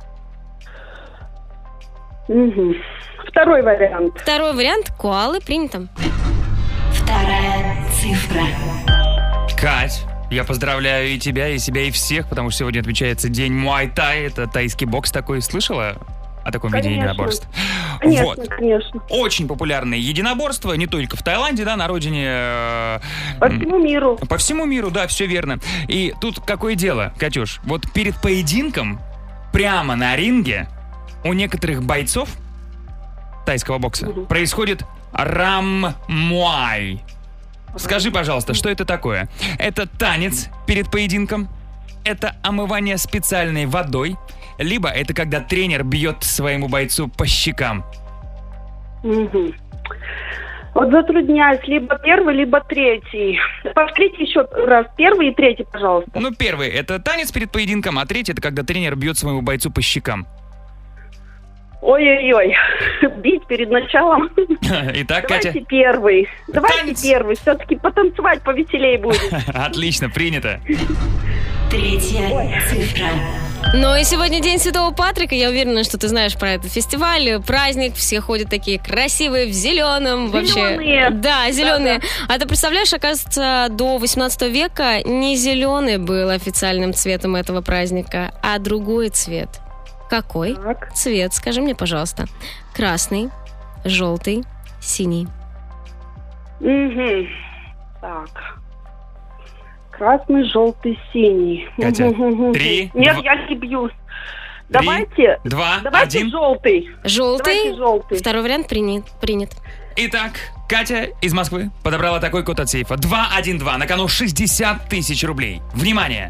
[SPEAKER 7] Мгм. Второй вариант.
[SPEAKER 3] Второй вариант – коалы, принято.
[SPEAKER 1] Вторая цифра.
[SPEAKER 2] Кать, я поздравляю и тебя, и себя, и всех, потому что сегодня отмечается день муай-тай. Это тайский бокс такой. Слышала о таком виде
[SPEAKER 7] Конечно.
[SPEAKER 2] единоборств?
[SPEAKER 7] Конечно,
[SPEAKER 2] Вот.
[SPEAKER 7] конечно.
[SPEAKER 2] Очень популярное единоборство, не только в Таиланде, да, на родине... э,
[SPEAKER 7] По всему миру.
[SPEAKER 2] По всему миру, да, все верно. И тут какое дело, Катюш? Вот перед поединком, прямо на ринге, у некоторых бойцов тайского бокса происходит рам-муай. Скажи, пожалуйста, что это такое? Это танец перед поединком? Это омывание специальной водой? Либо это когда тренер бьет своему бойцу по щекам?
[SPEAKER 7] Мгм. Вот затрудняюсь, либо первый, либо третий. Повторите еще раз, первый и третий, пожалуйста.
[SPEAKER 2] Ну, первый — это танец перед поединком, а третий — это когда тренер бьет своему бойцу по щекам.
[SPEAKER 7] Ой-ой-ой, бить перед началом.
[SPEAKER 2] Итак,
[SPEAKER 7] Давайте
[SPEAKER 2] Катя.
[SPEAKER 7] первый. Давайте первый. Все-таки потанцевать повеселее будет.
[SPEAKER 2] Отлично, принято.
[SPEAKER 1] Третья цифра.
[SPEAKER 3] Ну и сегодня День Святого Патрика. Я уверена, что ты знаешь про этот фестиваль, праздник. Все ходят такие красивые, в зеленом. Вообще.
[SPEAKER 7] Зеленые.
[SPEAKER 3] Да, зеленые.
[SPEAKER 7] Да-да.
[SPEAKER 3] А ты представляешь, оказывается, до восемнадцатого века не зеленый был официальным цветом этого праздника, а другой цвет. Какой цвет? Скажи мне, пожалуйста. Красный, желтый, синий.
[SPEAKER 7] Угу. Так. Красный, желтый, синий.
[SPEAKER 2] Катя,
[SPEAKER 7] Мгм.
[SPEAKER 2] три,
[SPEAKER 7] Нет,
[SPEAKER 2] два-
[SPEAKER 7] я не бьюсь. Давайте.
[SPEAKER 2] два,
[SPEAKER 7] давайте
[SPEAKER 2] один.
[SPEAKER 7] желтый.
[SPEAKER 3] Желтый.
[SPEAKER 7] Давайте желтый.
[SPEAKER 3] Второй вариант принят. принят.
[SPEAKER 2] Итак, Катя из Москвы подобрала такой код от сейфа. два один два. На кону шестьдесят тысяч рублей. Внимание!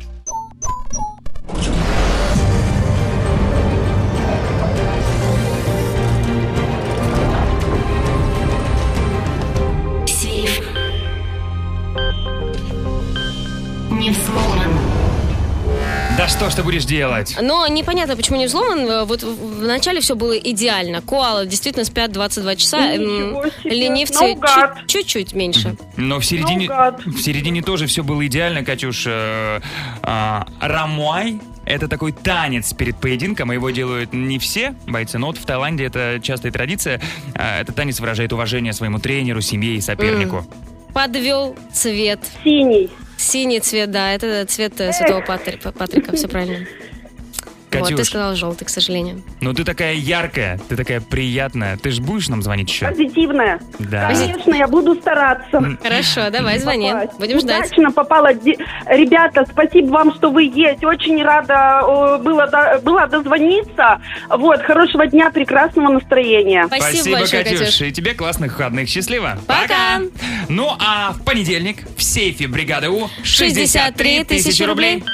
[SPEAKER 1] Сейф не взломан.
[SPEAKER 2] Да что что ж ты будешь делать?
[SPEAKER 3] Но непонятно, почему не взломан. Вот вначале все было идеально. Коалы действительно спят двадцать два часа.
[SPEAKER 7] Ничего себе.
[SPEAKER 3] Ленивцы
[SPEAKER 7] Наугад.
[SPEAKER 3] чуть- чуть-чуть меньше.
[SPEAKER 2] Но в середине,
[SPEAKER 7] Наугад.
[SPEAKER 2] в середине тоже все было идеально, Катюш. Э, а, рамуай — это такой танец перед поединком, и его делают не все бойцы, но вот в Таиланде это частая традиция. А, этот танец выражает уважение своему тренеру, семье и сопернику.
[SPEAKER 3] Подвел цвет.
[SPEAKER 7] Синий.
[SPEAKER 3] Синий цвет, да, это цвет э, Святого Патри- Патрика, все правильно. Вот, ты
[SPEAKER 2] Катюш,
[SPEAKER 3] сказал желтый, к сожалению.
[SPEAKER 2] ну ты такая яркая, ты такая приятная. Ты же будешь нам звонить еще?
[SPEAKER 7] Позитивная.
[SPEAKER 2] Да.
[SPEAKER 7] Конечно, я буду стараться.
[SPEAKER 3] Хорошо, давай, звони.
[SPEAKER 7] Попасть.
[SPEAKER 3] Будем ждать.
[SPEAKER 7] Удачно попала. Ди- Ребята, спасибо вам, что вы есть. Очень рада о, было до- была дозвониться. Вот, хорошего дня, прекрасного настроения.
[SPEAKER 3] Спасибо большое,
[SPEAKER 2] Катюш.
[SPEAKER 3] Катюш.
[SPEAKER 2] И тебе классных выходных. Счастливо.
[SPEAKER 3] Пока.
[SPEAKER 2] Ну, а в понедельник в сейфе бригады У
[SPEAKER 3] шестьдесят три тысячи рублей.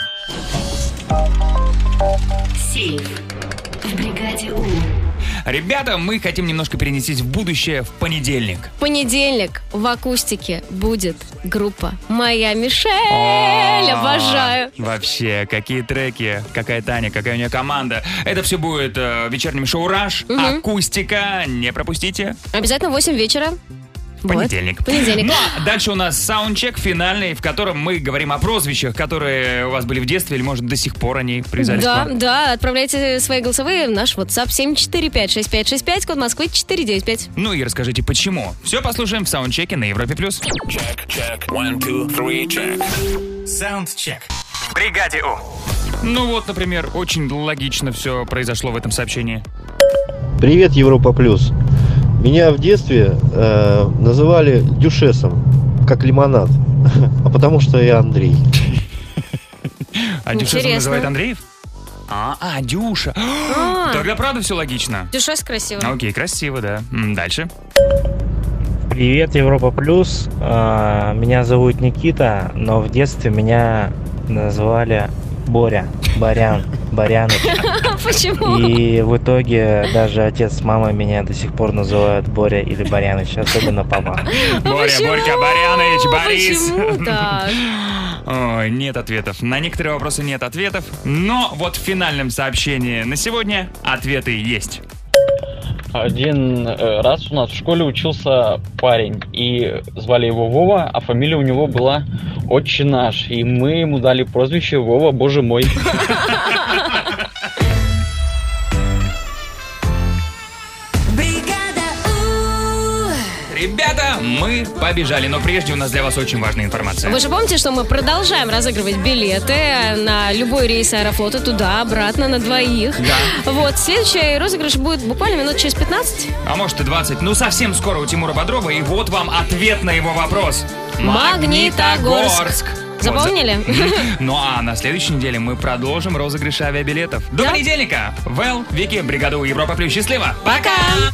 [SPEAKER 1] Сейф в бригаде У.
[SPEAKER 2] Ребята, мы хотим немножко перенестись в будущее в понедельник.
[SPEAKER 3] В понедельник в акустике будет группа «Моя Мишель». Обожаю.
[SPEAKER 2] Вообще, какие треки, какая Таня, какая у нее команда. Это все будет э, в вечернем шоу «Раш».
[SPEAKER 3] Мгм.
[SPEAKER 2] Акустика, не пропустите.
[SPEAKER 3] Обязательно в восемь вечера.
[SPEAKER 2] В понедельник.
[SPEAKER 3] Вот, понедельник.
[SPEAKER 2] Ну, а дальше у нас саундчек финальный, в котором мы говорим о прозвищах, которые у вас были в детстве, или, может, до сих пор они привязались
[SPEAKER 3] Да,
[SPEAKER 2] к вам.
[SPEAKER 3] да, отправляйте свои голосовые в наш WhatsApp семь четыре пять шесть пять шесть пять, код Москвы четыре девять пять.
[SPEAKER 2] Ну и расскажите, почему. Все послушаем в саундчеке на Европе+. плюс.
[SPEAKER 6] Check, check. One, two, three, check. Soundcheck. В бригаде У.
[SPEAKER 2] Ну вот, например, очень логично все произошло в этом сообщении.
[SPEAKER 18] Привет, Европа Плюс. Меня в детстве э, называли дюшесом, как лимонад, а потому что я Андрей.
[SPEAKER 2] А Дюшесом
[SPEAKER 3] Интересно.
[SPEAKER 2] называет Андреев? А, а, Дюша.
[SPEAKER 3] А.
[SPEAKER 2] Тогда правда все логично.
[SPEAKER 3] Дюшес красиво.
[SPEAKER 2] Окей, красиво, да. М, Дальше.
[SPEAKER 19] Привет, Европа Плюс. А, Меня зовут Никита, но в детстве меня называли Боря, Борян, Боряныч.
[SPEAKER 3] Почему?
[SPEAKER 19] И в итоге даже отец с мамой меня до сих пор называют Боря или Боряныч, особенно папа.
[SPEAKER 2] Боря, Борька, Боряныч, Борис.
[SPEAKER 3] Почему так?
[SPEAKER 2] Ой, нет ответов. На некоторые вопросы нет ответов. Но вот в финальном сообщении на сегодня ответы есть.
[SPEAKER 20] Один э, раз у нас в школе учился парень, и звали его Вова, а фамилия у него была «Отче наш», и мы ему дали прозвище Вова, боже мой.
[SPEAKER 2] Ребята, мы побежали, но прежде у нас для вас очень важная информация.
[SPEAKER 3] Вы же помните, что мы продолжаем разыгрывать билеты на любой рейс Аэрофлота туда, обратно, на двоих.
[SPEAKER 2] Да.
[SPEAKER 3] Вот, следующий розыгрыш будет буквально минут через пятнадцать.
[SPEAKER 2] А может и двадцать. Ну, совсем скоро у Тимура Бодрова. И вот вам ответ на его вопрос.
[SPEAKER 3] Магнитогорск. Запомнили?
[SPEAKER 2] Вот за- Ну а на следующей неделе мы продолжим розыгрыш авиабилетов. До понедельника. Вэл, Вики, бригада У, Европа Плюс. Счастливо.
[SPEAKER 3] Пока.